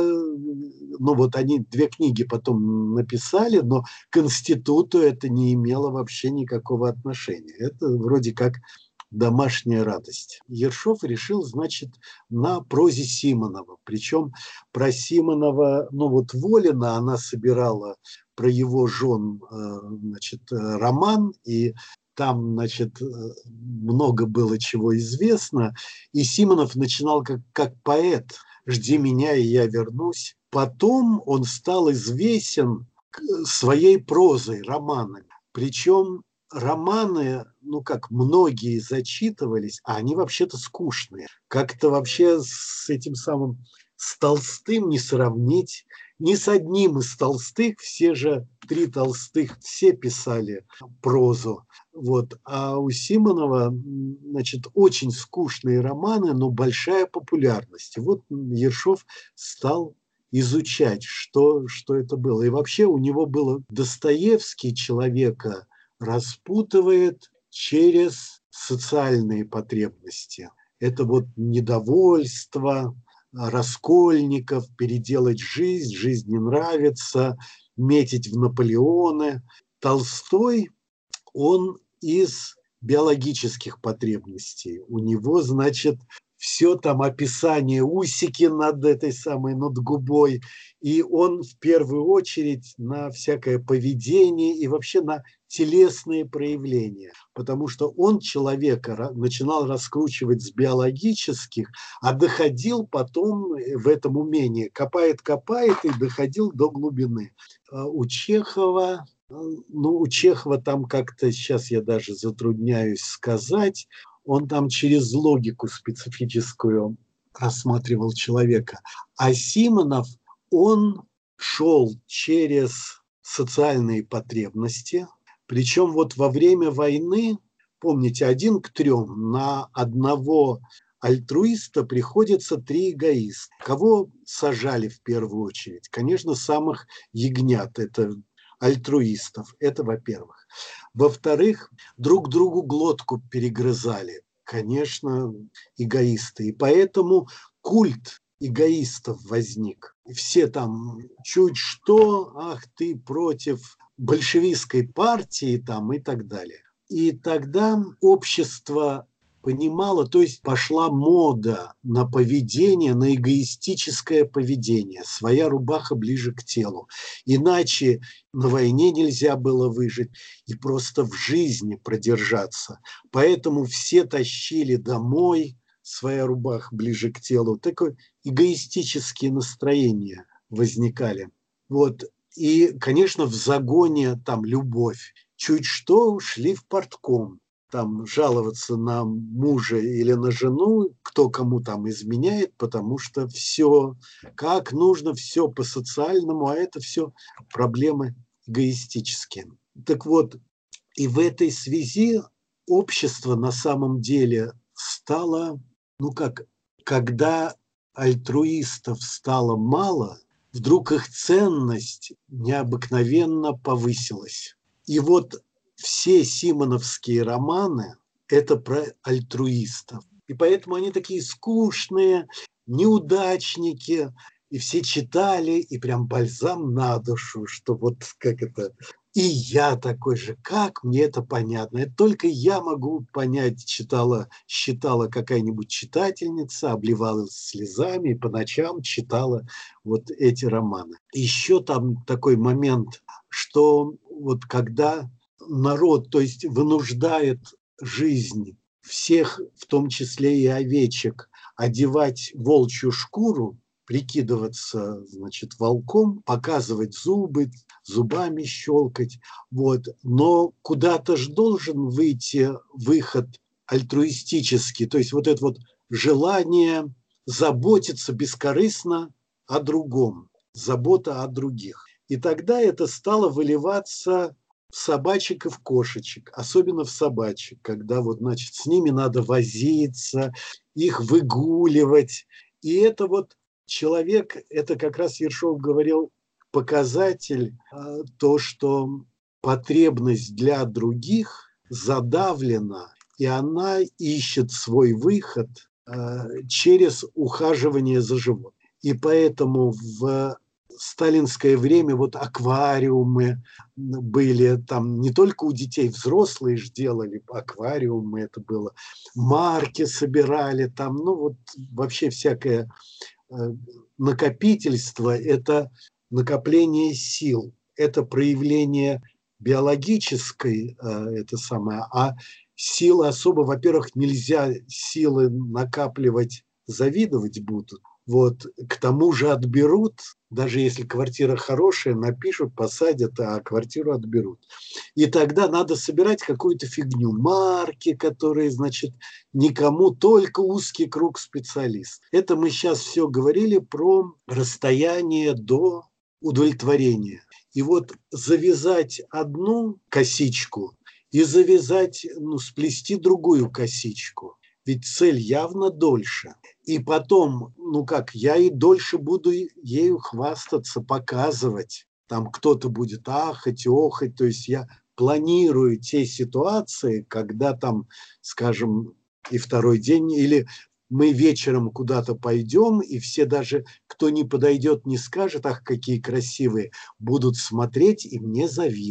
A: они 2 книги потом написали, но к институту это не имело вообще никакого отношения. Это вроде как домашняя радость. Ершов решил, значит, на прозе Симонова. Причем про Симонова, Волина, она собирала про его жен, значит, роман, и там, значит, много было чего известно. И Симонов начинал как поэт. «Жди меня, и я вернусь». Потом он стал известен своей прозой, романами. Причем романы, как многие зачитывались, а они вообще-то скучные. Как-то вообще с этим самым, с Толстым не сравнить. Ни с одним из Толстых, все же 3 Толстых, все писали прозу. А у Симонова, значит, очень скучные романы, но большая популярность. Ершов стал изучать, что это было. И вообще у него было Достоевский человека распутывает через социальные потребности. Это недовольство, Раскольников, переделать жизнь не нравится, метить в Наполеоны. Толстой, он из биологических потребностей. У него, значит, все там описание, усики над этой самой, над губой. И он в первую очередь на всякое поведение и вообще на телесные проявления, потому что он человека начинал раскручивать с биологических, а доходил потом в этом умении, копает и доходил до глубины. У Чехова, ну, у Чехова там как-то, сейчас я даже затрудняюсь сказать, он там через логику специфическую рассматривал человека. А Симонов, он шел через социальные потребности, причем вот во время войны, помните, 1:3 на одного альтруиста приходится 3 эгоиста. Кого сажали в первую очередь? Конечно, самых ягнят, это альтруистов, это во-первых. Во-вторых, друг другу глотку перегрызали, конечно, эгоисты. И поэтому культ эгоистов возник. Все там чуть что, ах, ты против большевистской партии там и так далее. И тогда общество понимало, то есть пошла мода на поведение, на эгоистическое поведение. Своя рубаха ближе к телу. Иначе на войне нельзя было выжить и просто в жизни продержаться. Поэтому все тащили домой, своя рубаха ближе к телу. Такое эгоистические настроения возникали. Вот. И, конечно, в загоне там любовь. Чуть что шли в партком. Там жаловаться на мужа или на жену, кто кому там изменяет, потому что все, как нужно, все по-социальному, а это все проблемы эгоистические. Так вот, и в этой связи общество на самом деле стало, ну как, когда альтруистов стало мало, вдруг их ценность необыкновенно повысилась. И вот все симоновские романы – это про альтруистов. И поэтому они такие скучные, неудачники, и все читали, и прям бальзам на душу, что вот как это… И я такой же, как мне это понятно? Это только я могу понять, считала какая-нибудь читательница, обливалась слезами и по ночам читала вот эти романы. Еще там такой момент, что вот когда народ, то есть вынуждает жизнь всех, в том числе и овечек, одевать волчью шкуру, прикидываться, значит, волком, показывать зубы, зубами щелкать, вот. Но куда-то же должен выйти выход альтруистический, то есть вот это вот желание заботиться бескорыстно о другом, забота о других. И тогда это стало выливаться в собачек и в кошечек, особенно в собачек, когда вот, значит, с ними надо возиться, их выгуливать. И это вот человек, это как раз Ершов говорил, показатель, то, что потребность для других задавлена, и она ищет свой выход через ухаживание за животным. И поэтому в сталинское время вот аквариумы были, там не только у детей, взрослые же делали аквариумы, это было, марки собирали, там, ну вот вообще всякое накопительство – это накопление сил, это проявление биологической, это самое, а силы особо, во-первых, нельзя силы накапливать, завидовать будут, вот, к тому же отберут, даже если квартира хорошая, напишут, посадят, а квартиру отберут. И тогда надо собирать какую-то фигню, марки, которые, значит, никому, только узкий круг специалистов. Это мы сейчас все говорили про расстояние до удовлетворения. И вот завязать одну косичку и завязать, ну, сплести другую косичку. Ведь цель явно дольше. И потом, ну как, я и дольше буду ею хвастаться, показывать. Там кто-то будет ахать, охать. То есть я планирую те ситуации, когда там, скажем, и второй день, или мы вечером куда-то пойдем, и все даже, кто не подойдет, не скажет, ах, какие красивые, будут смотреть и мне завидовать.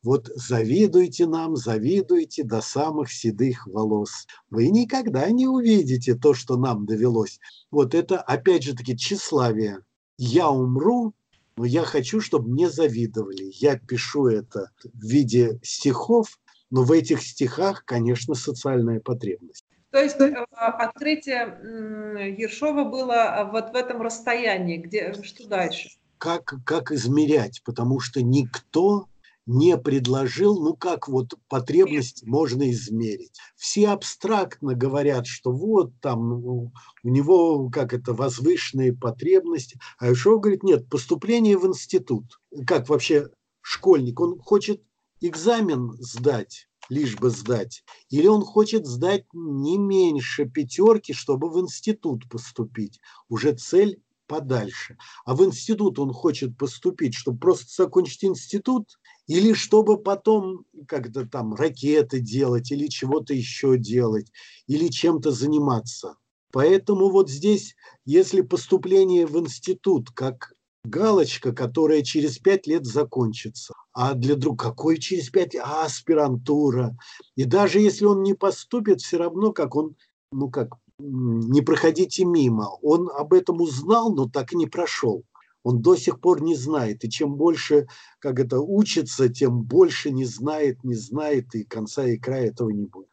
A: Вот завидуйте нам, завидуйте до самых седых волос. Вы никогда не увидите то, что нам довелось. Вот это, опять же таки, тщеславие. Я умру, но я хочу, чтобы мне завидовали. Я пишу это в виде стихов, но в этих стихах, конечно, социальная потребность.
B: То есть открытие Ершова было вот в этом расстоянии, где что дальше?
A: Как измерять? Потому что никто не предложил, ну как вот потребность можно измерить. Все абстрактно говорят, что вот там у него как это возвышенные потребности. А Ершов говорит, нет, поступление в институт. Как вообще школьник, он хочет экзамен сдать, лишь бы сдать, или он хочет сдать не меньше 5, чтобы в институт поступить. Уже цель подальше. А в институт он хочет поступить, чтобы просто закончить институт, или чтобы потом как-то там ракеты делать, или чего-то еще делать, или чем-то заниматься. Поэтому вот здесь, если поступление в институт как галочка, которая через 5 лет закончится, а для друга какой через 5 лет? Аспирантура. И даже если он не поступит, все равно как он, ну как, не проходите мимо. Он об этом узнал, но так и не прошел. Он до сих пор не знает. И чем больше, как это, учится, тем больше не знает, и конца и края этого не будет.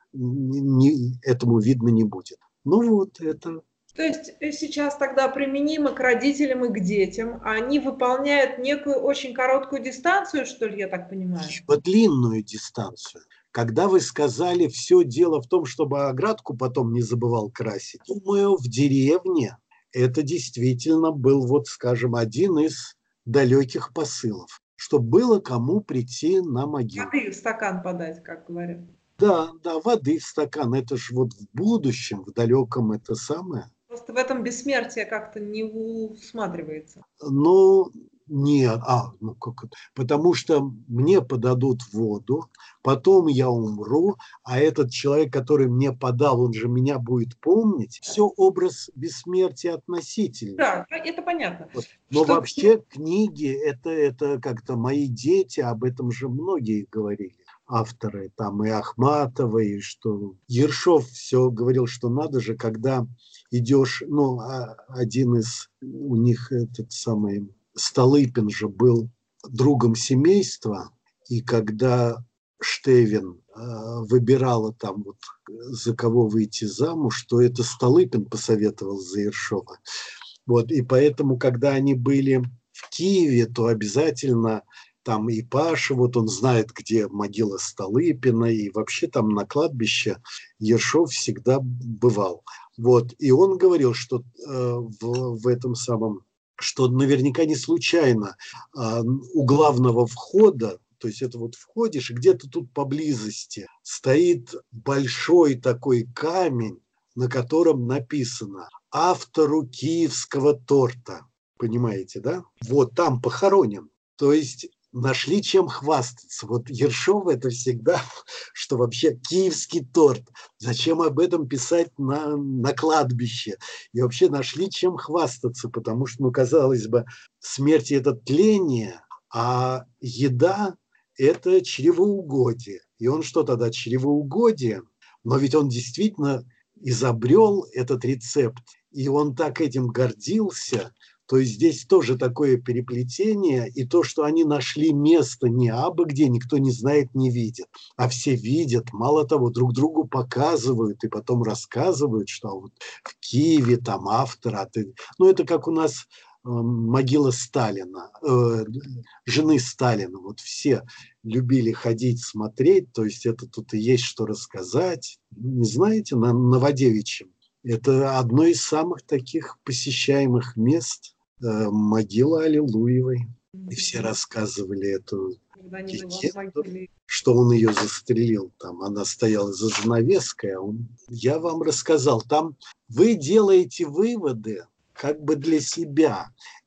A: Этому видно не будет. Ну вот это.
B: То есть сейчас тогда применимо к родителям и к детям. Они выполняют некую очень короткую дистанцию, что ли, я так понимаю?
A: Либо длинную дистанцию. Когда вы сказали, все дело в том, чтобы оградку потом не забывал красить, думаю, в деревне это действительно был, вот скажем, один из далеких посылов, чтобы было кому прийти на могилу.
B: Воды в стакан подать, как говорят.
A: Да, воды в стакан, это же вот в будущем, в далеком это самое.
B: Просто в этом бессмертие как-то не усматривается.
A: Ну, нет, ну как это? Потому что мне подадут воду, потом я умру, а этот человек, который мне подал, он же меня будет помнить. Все образ бессмертия относительный.
B: Да, это понятно.
A: Вот. Но вообще книги, это как-то мои дети, об этом же многие говорили. Авторы, там и Ахматова, и что Ершов все говорил, что надо же, когда идешь, ну, один из у них этот самый Столыпин же был другом семейства, и когда Штевин выбирала там вот за кого выйти замуж, то это Столыпин посоветовал за Ершова. Вот, и поэтому, когда они были в Киеве, то обязательно там и Паша, вот он знает, где могила Столыпина, и вообще там на кладбище Ершов всегда бывал. Вот, и он говорил, что в этом самом, что наверняка не случайно у главного входа, то есть это вот входишь, и где-то тут поблизости стоит большой такой камень, на котором написано «Автору киевского торта». Понимаете, да? Вот там похоронен. То есть нашли чем хвастаться. Вот Ершов это всегда, что вообще киевский торт. Зачем об этом писать на кладбище? И вообще нашли чем хвастаться, потому что, ну, казалось бы, смерть – это тление, а еда – это чревоугодие. И он что тогда, чревоугодие? Но ведь он действительно изобрел этот рецепт, и он так этим гордился. То есть здесь тоже такое переплетение, и то, что они нашли место не абы где, никто не знает, не видит, а все видят, мало того, друг другу показывают и потом рассказывают, что вот в Киеве там автор, ну это как у нас могила Сталина, жены Сталина, вот все любили ходить, смотреть, то есть это тут и есть что рассказать, не знаете, на Новодевичьем. Это одно из самых таких посещаемых мест, могила Аллилуевой. И все рассказывали эту легенду, что он ее застрелил. Там она стояла за занавеской, а я вам рассказал. Там вы делаете выводы как бы для себя.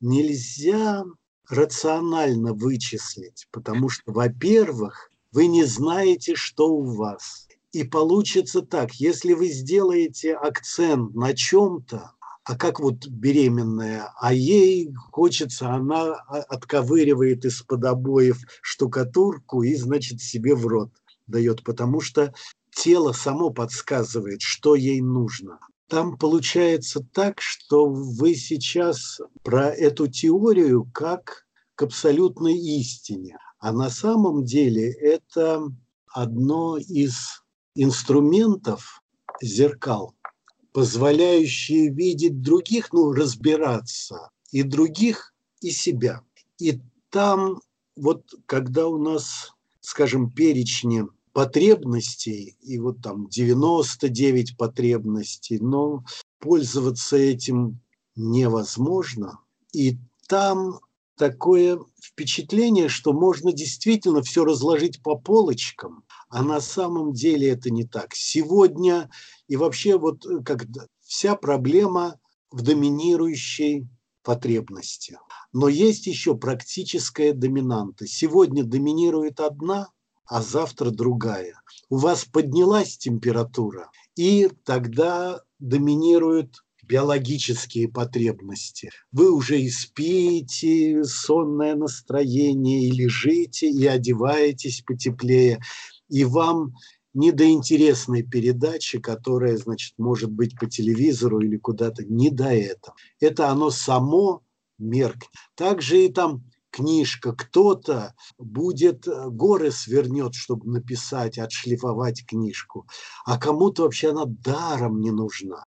A: Нельзя рационально вычислить, потому что, во-первых, вы не знаете, что у вас. И получится так, если вы сделаете акцент на чем-то, а как вот беременная, а ей хочется, она отковыривает из-под обоев штукатурку и, значит, себе в рот дает, потому что тело само подсказывает, что ей нужно. Там получается так, что вы сейчас про эту теорию как к абсолютной истине. А на самом деле это одно из инструментов зеркал, позволяющие видеть других, разбираться и других, и себя. И там вот когда у нас, скажем, перечни потребностей, и вот там 99 потребностей, но пользоваться этим невозможно. И там такое впечатление, что можно действительно все разложить по полочкам, а на самом деле это не так. Сегодня и вообще вот как вся проблема в доминирующей потребности. Но есть еще практическая доминанта. Сегодня доминирует одна, а завтра другая. У вас поднялась температура, и тогда доминируют биологические потребности. Вы уже и спите, сонное настроение, и лежите, и одеваетесь потеплее, и вам не до интересной передачи, которая, значит, может быть по телевизору или куда-то, не до этого. Это оно само меркнет. Также и там книжка. Кто-то будет горы свернет, чтобы написать, отшлифовать книжку, а кому-то вообще она даром не нужна.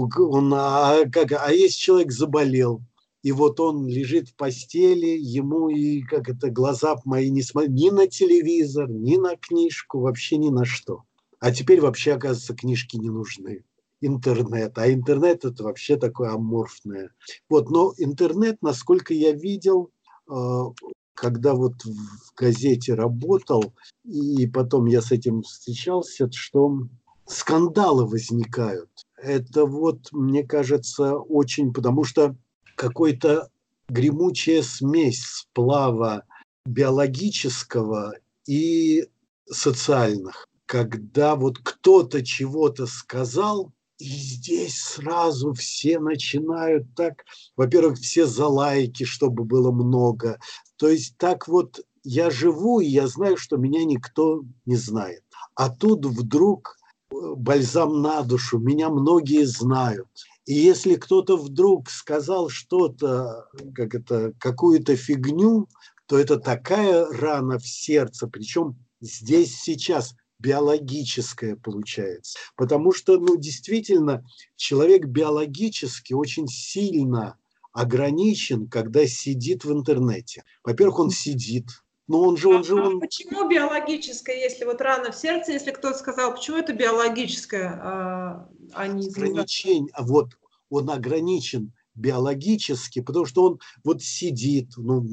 A: А если человек заболел, и вот он лежит в постели, ему и глаза мои не смотрят ни на телевизор, ни на книжку, вообще ни на что. А теперь вообще, оказывается, книжки не нужны. Интернет. А интернет это вообще такое аморфное. Вот, но интернет, насколько я видел, когда вот в газете работал, и потом я с этим встречался, что скандалы возникают. Это вот, мне кажется, очень, потому что какой-то гремучая смесь сплава биологического и социальных. Когда вот кто-то чего-то сказал, и здесь сразу все начинают так, во-первых, все за лайки, чтобы было много. То есть так вот я живу, и я знаю, что меня никто не знает. А тут вдруг бальзам на душу, меня многие знают. И если кто-то вдруг сказал что-то, какую-то фигню, то это такая рана в сердце, причем здесь сейчас биологическое получается. Потому что, действительно, человек биологически очень сильно ограничен, когда сидит в интернете. Во-первых, он сидит, но он же...
B: Почему биологическое, если вот рана в сердце, если кто-то сказал, почему это биологическое, а не...
A: Ограничение, вот он ограничен биологически, потому что он вот сидит,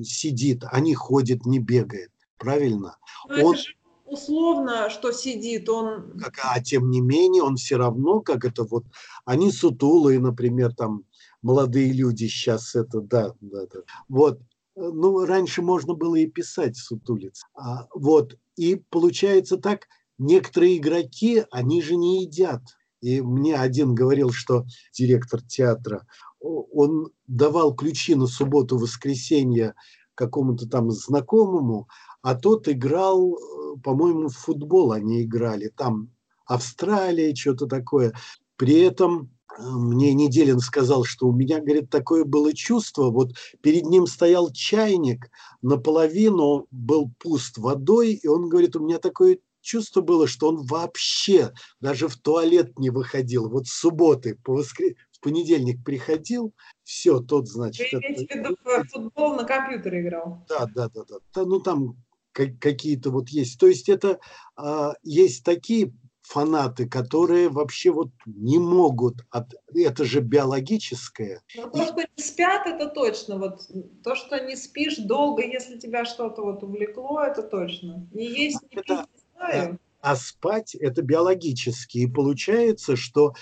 A: а не ходит, не бегает. Правильно?
B: Но это же условно, что сидит, он...
A: А тем не менее, он все равно, они сутулые, например, там, молодые люди сейчас да. Вот. Раньше можно было и писать сутулиц. Вот. И получается так, некоторые игроки, они же не едят. И мне один говорил, что директор театра, он давал ключи на субботу-воскресенье какому-то там знакомому, а тот играл, по-моему, в футбол они играли. Там Австралия, что-то такое. При этом мне Неделин сказал, что у меня, говорит, такое было чувство, вот перед ним стоял чайник, наполовину был пуст водой, и он говорит, у меня такое чувство было, что он вообще даже в туалет не выходил. Вот с субботы в понедельник приходил, все, тот, значит...
B: Вы имеете в виду, в футбол на компьютере играл?
A: Да. Там какие-то вот есть. То есть это есть такие фанаты, которые вообще вот не могут, это же биологическое.
B: Но то, что не спят, это точно. Вот то, что не спишь долго, если тебя что-то вот увлекло, это точно. Не есть, не пить, не знаю.
A: А спать это биологически. И получается, что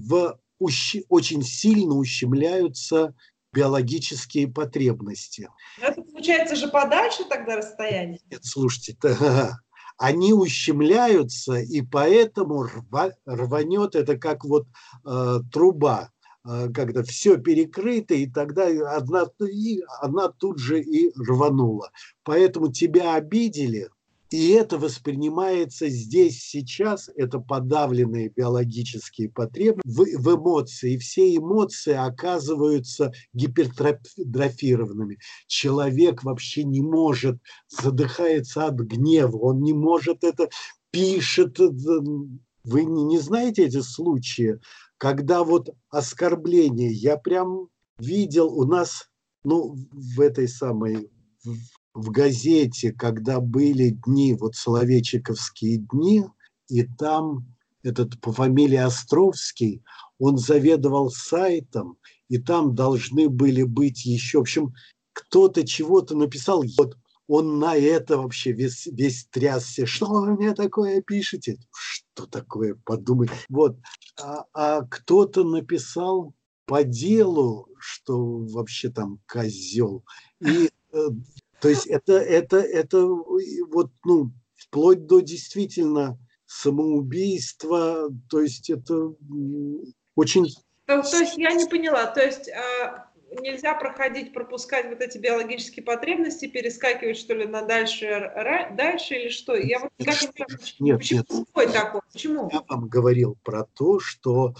A: очень сильно ущемляются биологические потребности.
B: Это получается же подальше тогда расстояние?
A: Нет, слушайте, они ущемляются, и поэтому рванет это как вот труба. когда все перекрыто, и тогда она тут же и рванула. Поэтому тебя обидели, и это воспринимается здесь, сейчас, это подавленные биологические потребности в эмоции. И все эмоции оказываются гипертрофированными. Человек вообще не может, задыхается от гнева, он не может это, пишет. Вы не знаете эти случаи, когда вот оскорбление, я прям видел у нас, ну, в этой самой, в газете, когда были дни, вот Соловейчиковские дни, и там этот по фамилии Островский, он заведовал сайтом, и там должны были быть еще, в общем, кто-то чего-то написал, вот он на это вообще весь трясся. Что вы мне такое пишете? Что такое? Подумай. Вот. А кто-то написал по делу, что вообще там козел. И то есть это вот, ну, вплоть до действительно самоубийства, то есть это очень...
B: То есть я не поняла, то есть нельзя пропускать вот эти биологические потребности, перескакивать, что ли, на дальше или что? Я вот никак не понимаю, почему такое? Почему?
A: Я вам говорил про то, что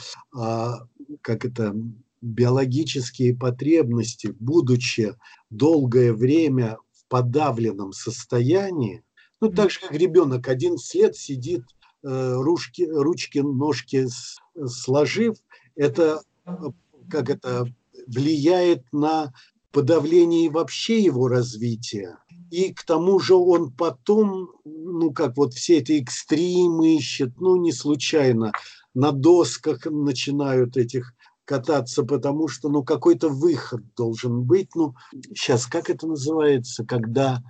A: биологические потребности, будучи долгое время в подавленном состоянии, ну, так же, как ребенок 11 лет сидит, ручки, ножки сложив, это влияет на подавление вообще его развития. И к тому же он потом, ну, как вот все эти экстримы ищет, ну, не случайно, на досках начинают этих кататься, потому что, ну, какой-то выход должен быть. Ну, сейчас, как это называется, когда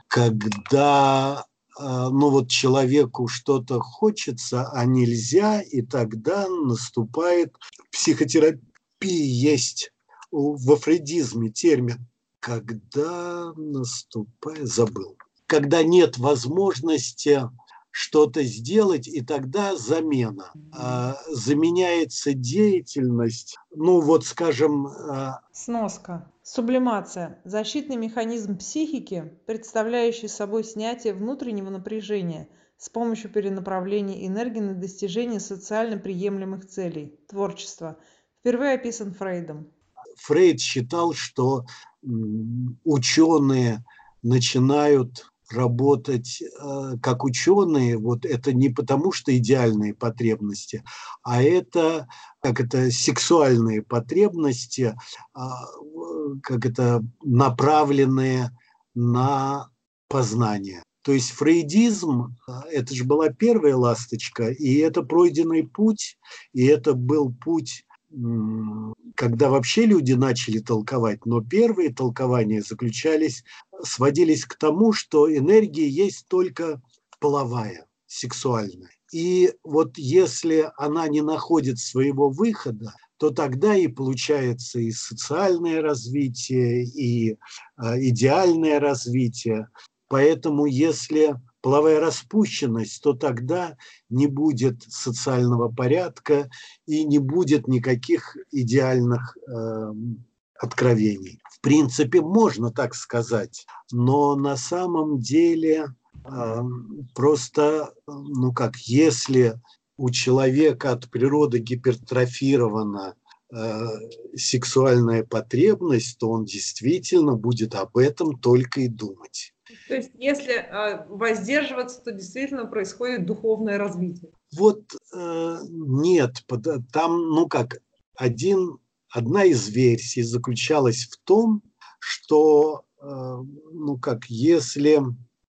A: ну, вот человеку что-то хочется, а нельзя, и тогда наступает психотерапия. Есть во фрейдизме термин, когда наступает, забыл, когда нет возможности что-то сделать, и тогда замена. Заменяется деятельность, ну вот скажем...
C: Сноска. Сублимация – защитный механизм психики, представляющий собой снятие внутреннего напряжения с помощью перенаправления энергии на достижение социально приемлемых целей, творчество. Впервые описан Фрейдом.
A: Фрейд считал, что ученые начинают работать как ученые, вот это не потому, что идеальные потребности, а это сексуальные потребности, направленные на познание. То есть фрейдизм, это же была первая ласточка, и это пройденный путь, и это был путь, когда вообще люди начали толковать, но первые толкования сводились к тому, что энергия есть только половая, сексуальная. И вот если она не находит своего выхода, то тогда и получается и социальное развитие, и идеальное развитие. Поэтому если половая распущенность, то тогда не будет социального порядка и не будет никаких идеальных откровений. В принципе, можно так сказать, но на самом деле просто, ну как, если у человека от природы гипертрофирована сексуальная потребность, то он действительно будет об этом только и думать.
B: То есть, если воздерживаться, то действительно происходит духовное развитие.
A: Вот нет, там, ну как, одна из версий заключалась в том, что, ну как, если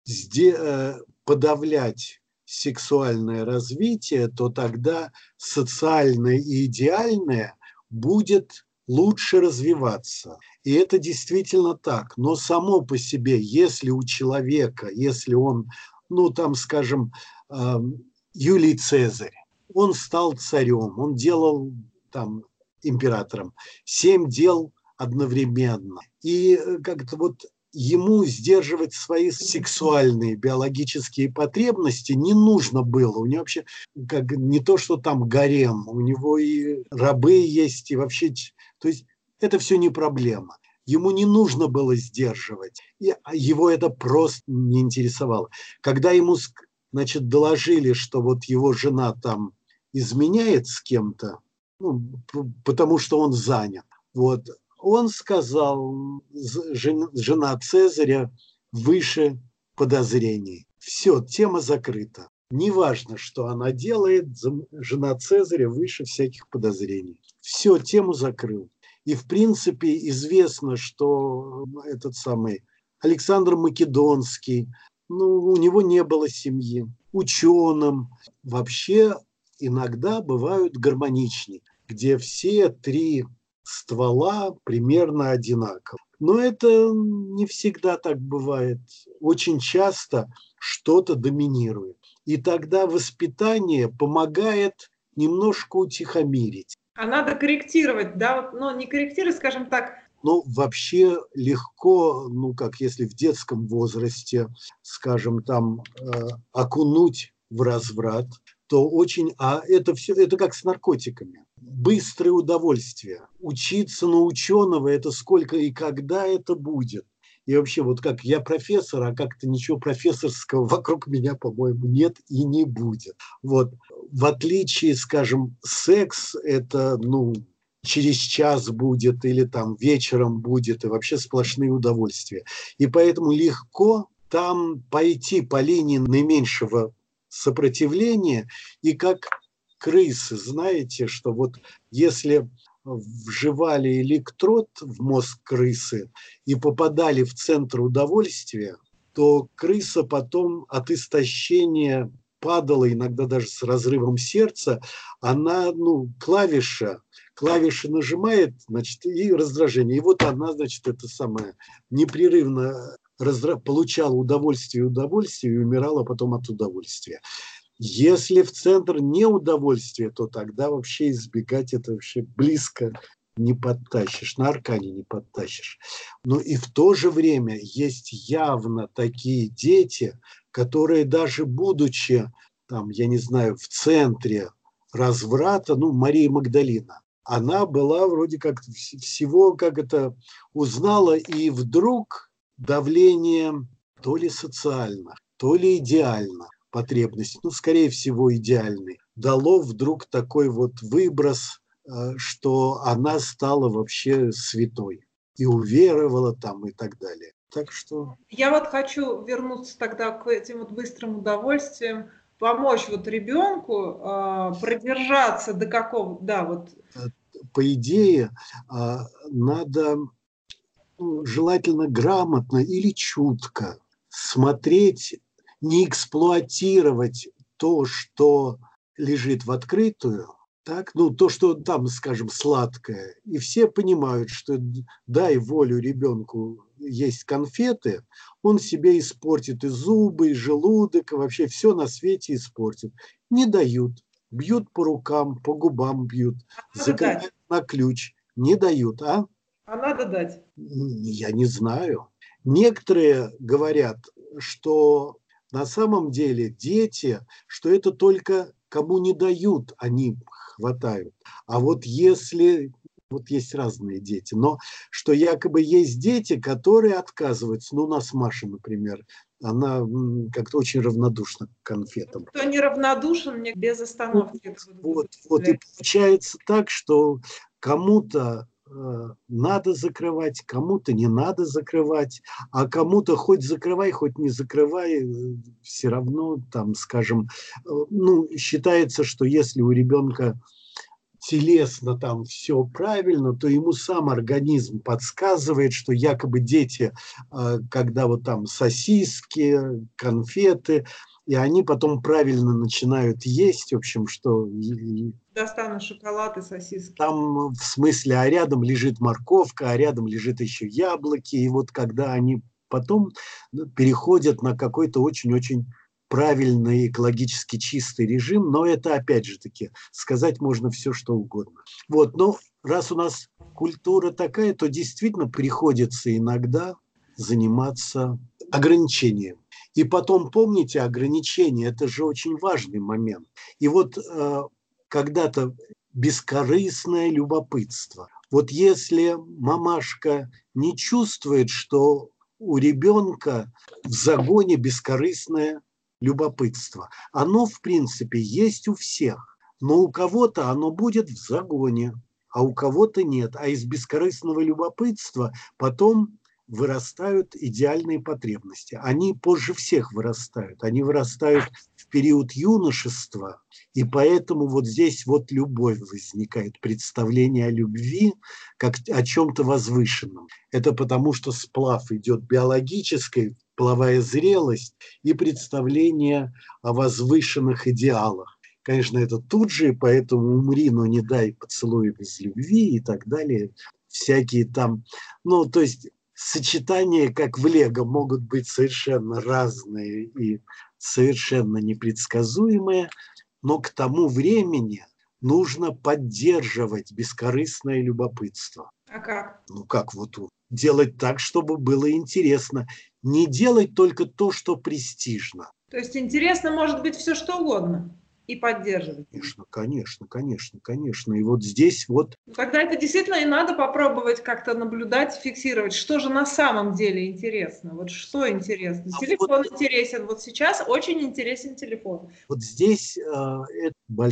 A: подавлять сексуальное развитие, то тогда социальное и идеальное будет лучше развиваться. И это действительно так. Но само по себе, если у человека, если он, ну там, скажем, Юлий Цезарь, он стал царем, он делал там императором 7 дел одновременно. И как-то вот ему сдерживать свои сексуальные биологические потребности не нужно было. У него вообще не то, что там гарем, у него и рабы есть, и вообще То есть это все не проблема. Ему не нужно было сдерживать. Его это просто не интересовало. Когда ему, значит, доложили, что вот его жена там изменяет с кем-то, ну, потому что он занят, вот, он сказал, жена Цезаря выше подозрений. Все, тема закрыта. Неважно, что она делает, жена Цезаря выше всяких подозрений. Все, тему закрыл. И, в принципе, известно, что этот самый Александр Македонский, ну, у него не было семьи. Ученым вообще иногда бывают гармоничнее, где все три ствола примерно одинаковы. Но это не всегда так бывает. Очень часто что-то доминирует. И тогда воспитание помогает немножко утихомирить.
B: А надо корректировать, да? Ну, не корректировать, скажем так.
A: Ну, вообще легко, ну, как если в детском возрасте, скажем, там, окунуть в разврат, то очень... А это все, это как с наркотиками. Быстрое удовольствие. Учиться на ученого – это сколько и когда это будет. И вообще, вот как я профессор, а как-то ничего профессорского вокруг меня, по-моему, нет и не будет. Вот. В отличие, скажем, секс – это, ну, через час будет или там вечером будет, и вообще сплошные удовольствия. И поэтому легко там пойти по линии наименьшего сопротивления, и как крысы, знаете, что вот если вживали электрод в мозг крысы и попадали в центр удовольствия, то крыса потом от истощения падала, иногда даже с разрывом сердца, она, ну, клавиши нажимает, значит, и раздражение. И вот она, значит, это самое, непрерывно получала удовольствие и умирала потом от удовольствия. Если в центр неудовольствия, то тогда вообще избегать это вообще близко не подтащишь, на аркане не подтащишь. Но и в то же время есть явно такие дети, которые даже будучи, там, я не знаю, в центре разврата, ну, Мария Магдалина, она была вроде как всего, как это, узнала, и вдруг давление то ли социально, то ли идеально, потребность, ну, скорее всего, идеальный, дало вдруг такой вот выброс, что она стала вообще святой и уверовала там и так далее. Так что...
B: Я вот хочу вернуться тогда к этим вот быстрым удовольствиям, помочь вот ребенку продержаться до какого, да, вот.
A: По идее, надо, ну, желательно грамотно или чутко смотреть, не эксплуатировать то, что лежит в открытую, так, ну, то, что там, скажем, сладкое, и все понимают, что дай волю ребенку есть конфеты, он себе испортит и зубы, и желудок, и вообще все на свете испортит. Не дают, бьют по рукам, по губам бьют, закрывают на ключ, не дают, а?
B: А надо дать?
A: Я не знаю. Некоторые говорят, что на самом деле дети, что это только кому не дают, они хватают. А вот если, вот есть разные дети, но что якобы есть дети, которые отказываются. Ну, у нас Маша, например, она как-то очень равнодушна к конфетам.
B: Кто не равнодушен, мне без остановки.
A: Вот, и получается так, что кому-то надо закрывать, кому-то не надо закрывать, а кому-то хоть закрывай, хоть не закрывай, все равно там, скажем, ну, считается, что если у ребенка телесно там все правильно, то ему сам организм подсказывает, что якобы дети, когда вот там сосиски, конфеты, и они потом правильно начинают есть, в общем, что...
B: Достану шоколад и сосиски.
A: Там в смысле, а рядом лежит морковка, а рядом лежит еще яблоки, и вот когда они потом переходят на какой-то очень-очень правильный, экологически чистый режим, но это, опять же таки, сказать можно все, что угодно. Вот, но раз у нас культура такая, то действительно приходится иногда заниматься ограничением. И потом, помните, ограничения – это же очень важный момент. И вот когда-то бескорыстное любопытство. Вот если мамашка не чувствует, что у ребенка в загоне бескорыстное любопытство, оно, в принципе, есть у всех, но у кого-то оно будет в загоне, а у кого-то нет. А из бескорыстного любопытства потом вырастают идеальные потребности. Они позже всех вырастают. Они вырастают в период юношества, и поэтому вот здесь вот любовь возникает, представление о любви как о чем-то возвышенном. Это потому, что сплав идет биологической, половая зрелость и представление о возвышенных идеалах. Конечно, это тут же, поэтому умри, но не дай поцелуй без любви и так далее. Всякие там, ну, то есть сочетания, как в Лего, могут быть совершенно разные и совершенно непредсказуемые, но к тому времени нужно поддерживать бескорыстное любопытство.
B: А как?
A: Ну как вот делать так, чтобы было интересно. Не делать только то, что престижно.
B: То есть интересно может быть все что угодно и поддерживать.
A: Конечно. И вот здесь вот...
B: Тогда это действительно и надо попробовать как-то наблюдать, фиксировать, что же на самом деле интересно. Вот что интересно. Телефон интересен. Вот сейчас очень интересен телефон.
A: Вот здесь это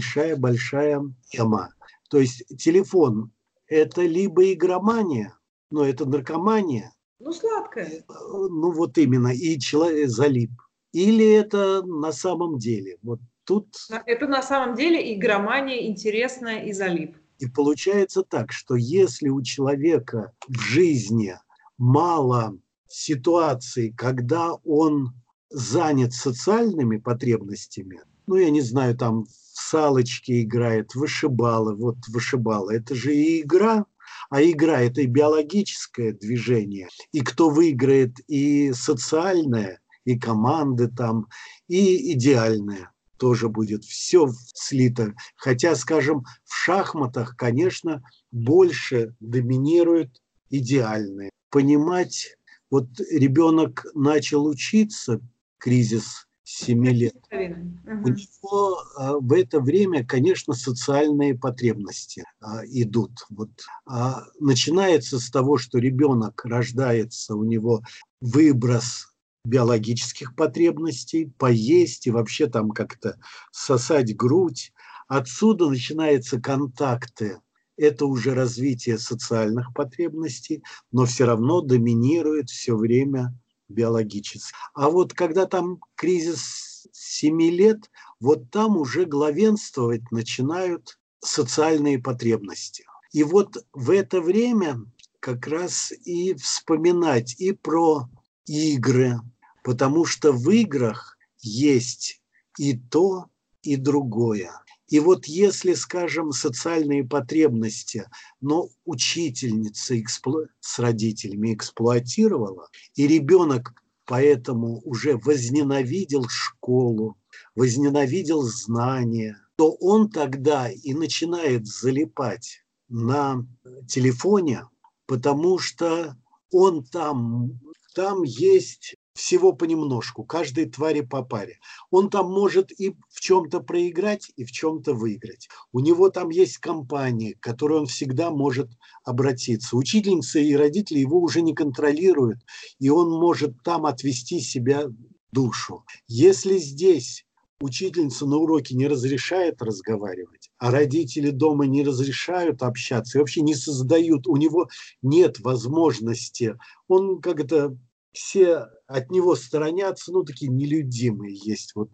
A: большая тема. То есть телефон – это либо игромания, но это наркомания.
B: Ну, сладкое.
A: Ну, вот именно. И человек залип. Или это на самом деле. Вот тут...
B: Это на самом деле игромания интересная и залип.
A: И получается так, что если у человека в жизни мало ситуаций, когда он занят социальными потребностями, ну, я не знаю, там в салочки играет, вышибалы, вот вышибалы, это же и игра, а игра – это и биологическое движение, и кто выиграет и социальное, и команды там, и идеальное тоже будет все слито. Хотя, скажем, в шахматах, конечно, больше доминирует идеальное. Понимать, вот ребенок начал учиться, кризис 7 лет, у него в это время, конечно, социальные потребности идут. Вот. Начинается с того, что ребенок рождается, у него выброс биологических потребностей, поесть и вообще там как-то сосать грудь. Отсюда начинаются контакты. Это уже развитие социальных потребностей, но все равно доминирует все время биологически. А вот когда там кризис 7 лет, вот там уже главенствовать начинают социальные потребности. И вот в это время как раз и вспоминать и про игры, потому что в играх есть и то, и другое. И вот если, скажем, социальные потребности, но учительница с родителями эксплуатировала, и ребенок поэтому уже возненавидел школу, возненавидел знания, то он тогда и начинает залипать на телефоне, потому что он там есть всего понемножку, каждой твари по паре. Он там может и в чем-то проиграть, и в чем-то выиграть. У него там есть компания, к которой он всегда может обратиться. Учительница и родители его уже не контролируют, и он может там отвести себя душу. Если здесь учительница на уроке не разрешает разговаривать, а родители дома не разрешают общаться и вообще не создают, у него нет возможности, он как-то все от него сторонятся, ну, такие нелюдимые есть. Вот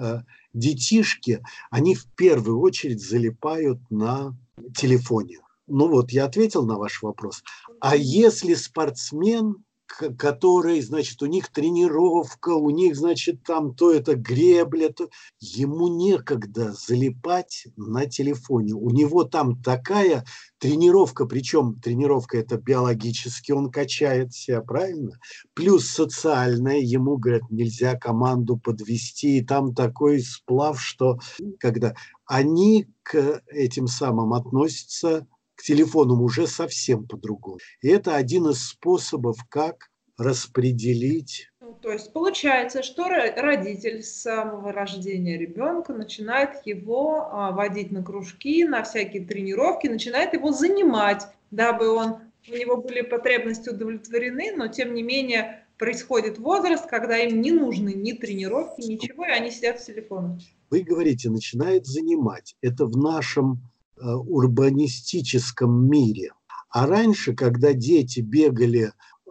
A: детишки, они в первую очередь залипают на телефоне. Ну вот, я ответил на ваш вопрос. А если спортсмен, который, значит, у них тренировка, у них, значит, там то это гребля, то ему некогда залипать на телефоне. У него там такая тренировка, причем тренировка это биологически, он качает себя, правильно? Плюс социальная, ему говорят, нельзя команду подвести, и там такой сплав, что когда они к этим самым относятся, к телефону уже совсем по-другому. И это один из способов, как распределить
B: Ну, то есть получается, что родитель с самого рождения ребенка начинает его водить на кружки, на всякие тренировки, начинает его занимать, дабы у него были потребности удовлетворены, но тем не менее происходит возраст, когда им не нужны ни тренировки, ничего, и они сидят в телефонах.
A: Вы говорите, начинает занимать. Это в нашем урбанистическом мире. А раньше, когда дети бегали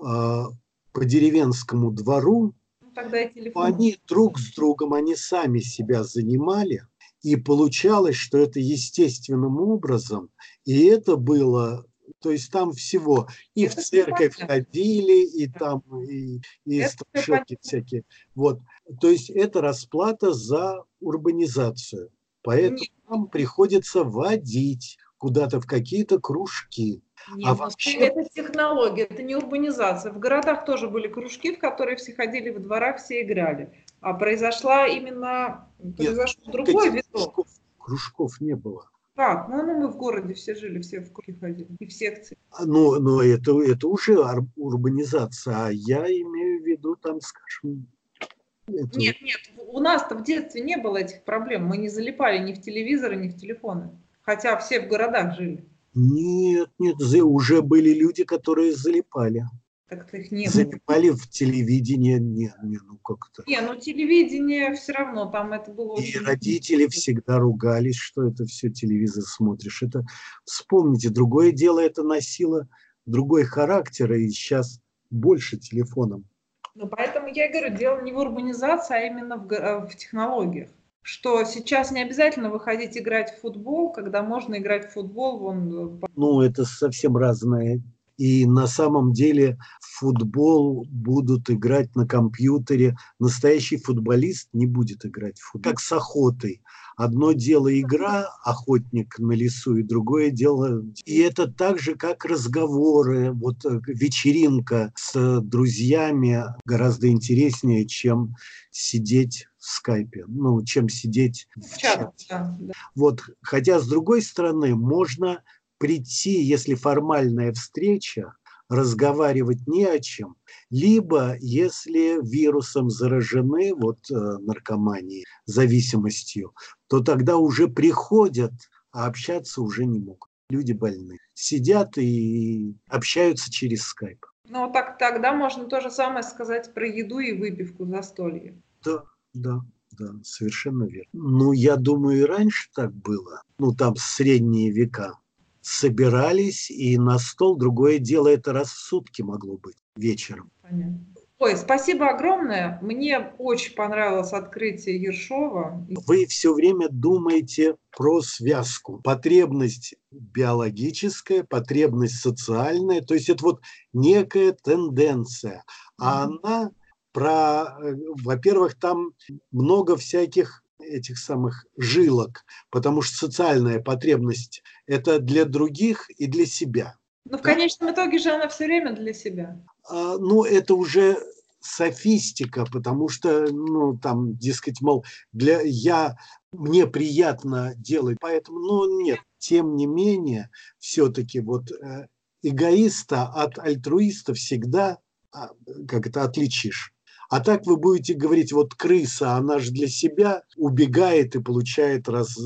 A: по деревенскому двору,
B: Тогда и телефон.
A: они друг с другом, они сами себя занимали, и получалось, что это естественным образом, и это было, то есть там всего, и в
B: Это
A: церковь
B: понятно.
A: ходили, и там, и
B: Это
A: страшилки всякие. Вот. То есть это расплата за урбанизацию. Поэтому
B: Нет,
A: нам приходится водить куда-то в какие-то кружки. А
B: нет,
A: вообще
B: это технология, это не урбанизация. В городах тоже были кружки, в которые все ходили во дворах, все играли. А произошел
A: нет,
B: другой
A: этих
B: виток.
A: кружков не было.
B: Как? Ну, мы в городе все жили, все в кружки ходили. И в секции.
A: Но это уже урбанизация, а я имею в виду, там, скажем, это...
B: Нет, у нас-то в детстве не было этих проблем. Мы не залипали ни в телевизоры, ни в телефоны. Хотя все в городах жили.
A: Нет, уже были люди, которые залипали.
B: Так-то их не было.
A: Залипали в телевидение, ну как-то.
B: Не, ну телевидение все равно, там это было
A: И
B: очень...
A: родители всегда ругались, что это все телевизор смотришь. Это, вспомните, другое дело, это носило другой характер, и сейчас больше телефоном.
B: Ну, поэтому я и говорю, дело не в урбанизации, а именно в технологиях. Что сейчас не обязательно выходить играть в футбол, когда можно играть в футбол
A: Ну, это совсем разное. И на самом деле в футбол будут играть на компьютере. Настоящий футболист не будет играть в футбол. Как с охотой. Одно дело игра, охотник на лесу, и другое дело... И это так же, как разговоры. Вот вечеринка с друзьями гораздо интереснее, чем сидеть в скайпе. Ну, чем сидеть в чате.
B: Да.
A: Вот. Хотя, с другой стороны, можно прийти, если формальная встреча, разговаривать не о чем, либо если вирусом заражены, наркоманией, зависимостью, то тогда уже приходят, а общаться уже не могут. Люди больны. Сидят и общаются через скайп.
B: Ну, так тогда можно то же самое сказать про еду и выпивку, застолье.
A: Да, совершенно верно. Ну, я думаю, и раньше так было. Ну, там средние века. Собирались и на стол. Другое дело, это раз в сутки могло быть вечером.
B: Понятно. Ой, спасибо огромное. Мне очень понравилось открытие Ершова.
A: Вы все время думаете про связку. Потребность биологическая, потребность социальная. То есть это вот некая тенденция. А она во-первых, там много всяких этих самых жилок, потому что социальная потребность – это для других и для себя.
B: Но в конечном итоге же она все время для себя.
A: Ну, это уже софистика, потому что, ну, там, дескать, мол, мне приятно делать, поэтому, нет. Тем не менее, все-таки эгоиста от альтруиста всегда отличишь. А так вы будете говорить, вот крыса, она же для себя убегает и получает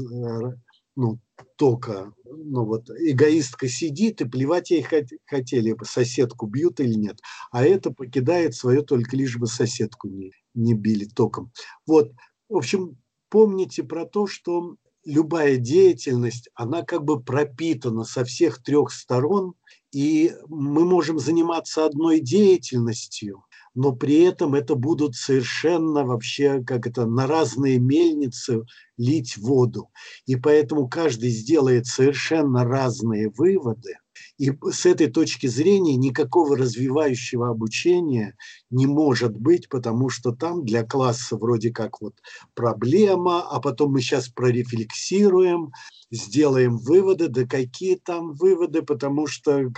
A: тока. Эгоистка сидит, и плевать ей хотели бы, соседку бьют или нет. А это покидает свое только лишь бы соседку не били током. В общем, помните про то, что любая деятельность, она как бы пропитана со всех трех сторон, и мы можем заниматься одной деятельностью, но при этом это будут совершенно вообще, на разные мельницы лить воду. И поэтому каждый сделает совершенно разные выводы. И с этой точки зрения никакого развивающего обучения не может быть, потому что там для класса вроде как проблема, а потом мы сейчас прорефлексируем, сделаем выводы. Да какие там выводы, потому что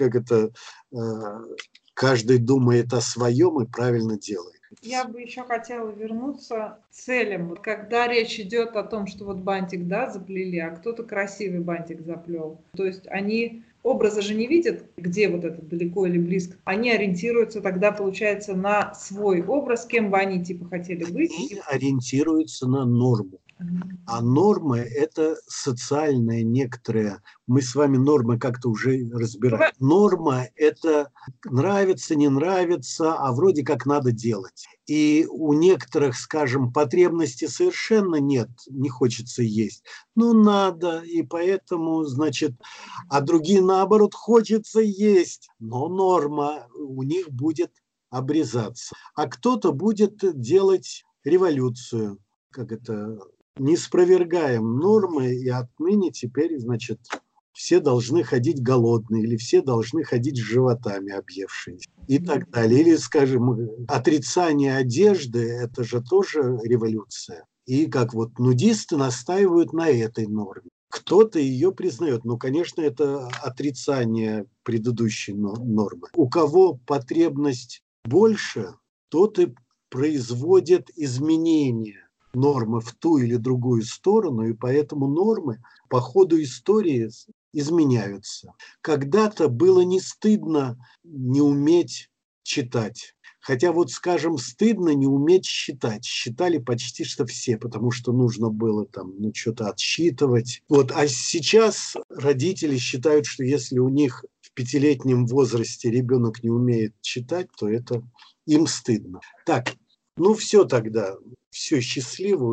A: каждый думает о своем и правильно делает.
B: Я бы еще хотела вернуться к целям. Когда речь идет о том, что бантик, заплели, а кто-то красивый бантик заплел. То есть они образа же не видят, где вот это далеко или близко. Они ориентируются тогда, получается, на свой образ, кем бы они типа хотели быть.
A: Они ориентируются на норму. А нормы – это социальная некоторая, мы с вами нормы как-то уже разбирали. Норма – это нравится, не нравится, а вроде как надо делать. И у некоторых, скажем, потребностей совершенно нет, не хочется есть. Но надо, и поэтому, значит, а другие, наоборот, хочется есть. Но норма у них будет обрезаться. А кто-то будет делать революцию, как это, не спровергаем нормы, и отныне теперь, значит, все должны ходить голодные, или все должны ходить с животами объевшиеся, и так далее. Или, скажем, отрицание одежды – это же тоже революция. И как вот нудисты настаивают на этой норме. Кто-то ее признает. Ну, конечно, это отрицание предыдущей нормы. У кого потребность больше, тот и производит изменения нормы в ту или другую сторону, и поэтому нормы по ходу истории изменяются. Когда-то было не стыдно не уметь читать. Хотя вот, скажем, стыдно не уметь считать. Считали почти что все, потому что нужно было там что-то отсчитывать. Вот. А сейчас родители считают, что если у них в 5-летнем возрасте ребенок не умеет читать, то это им стыдно. Так, ну все тогда. Все, счастливо.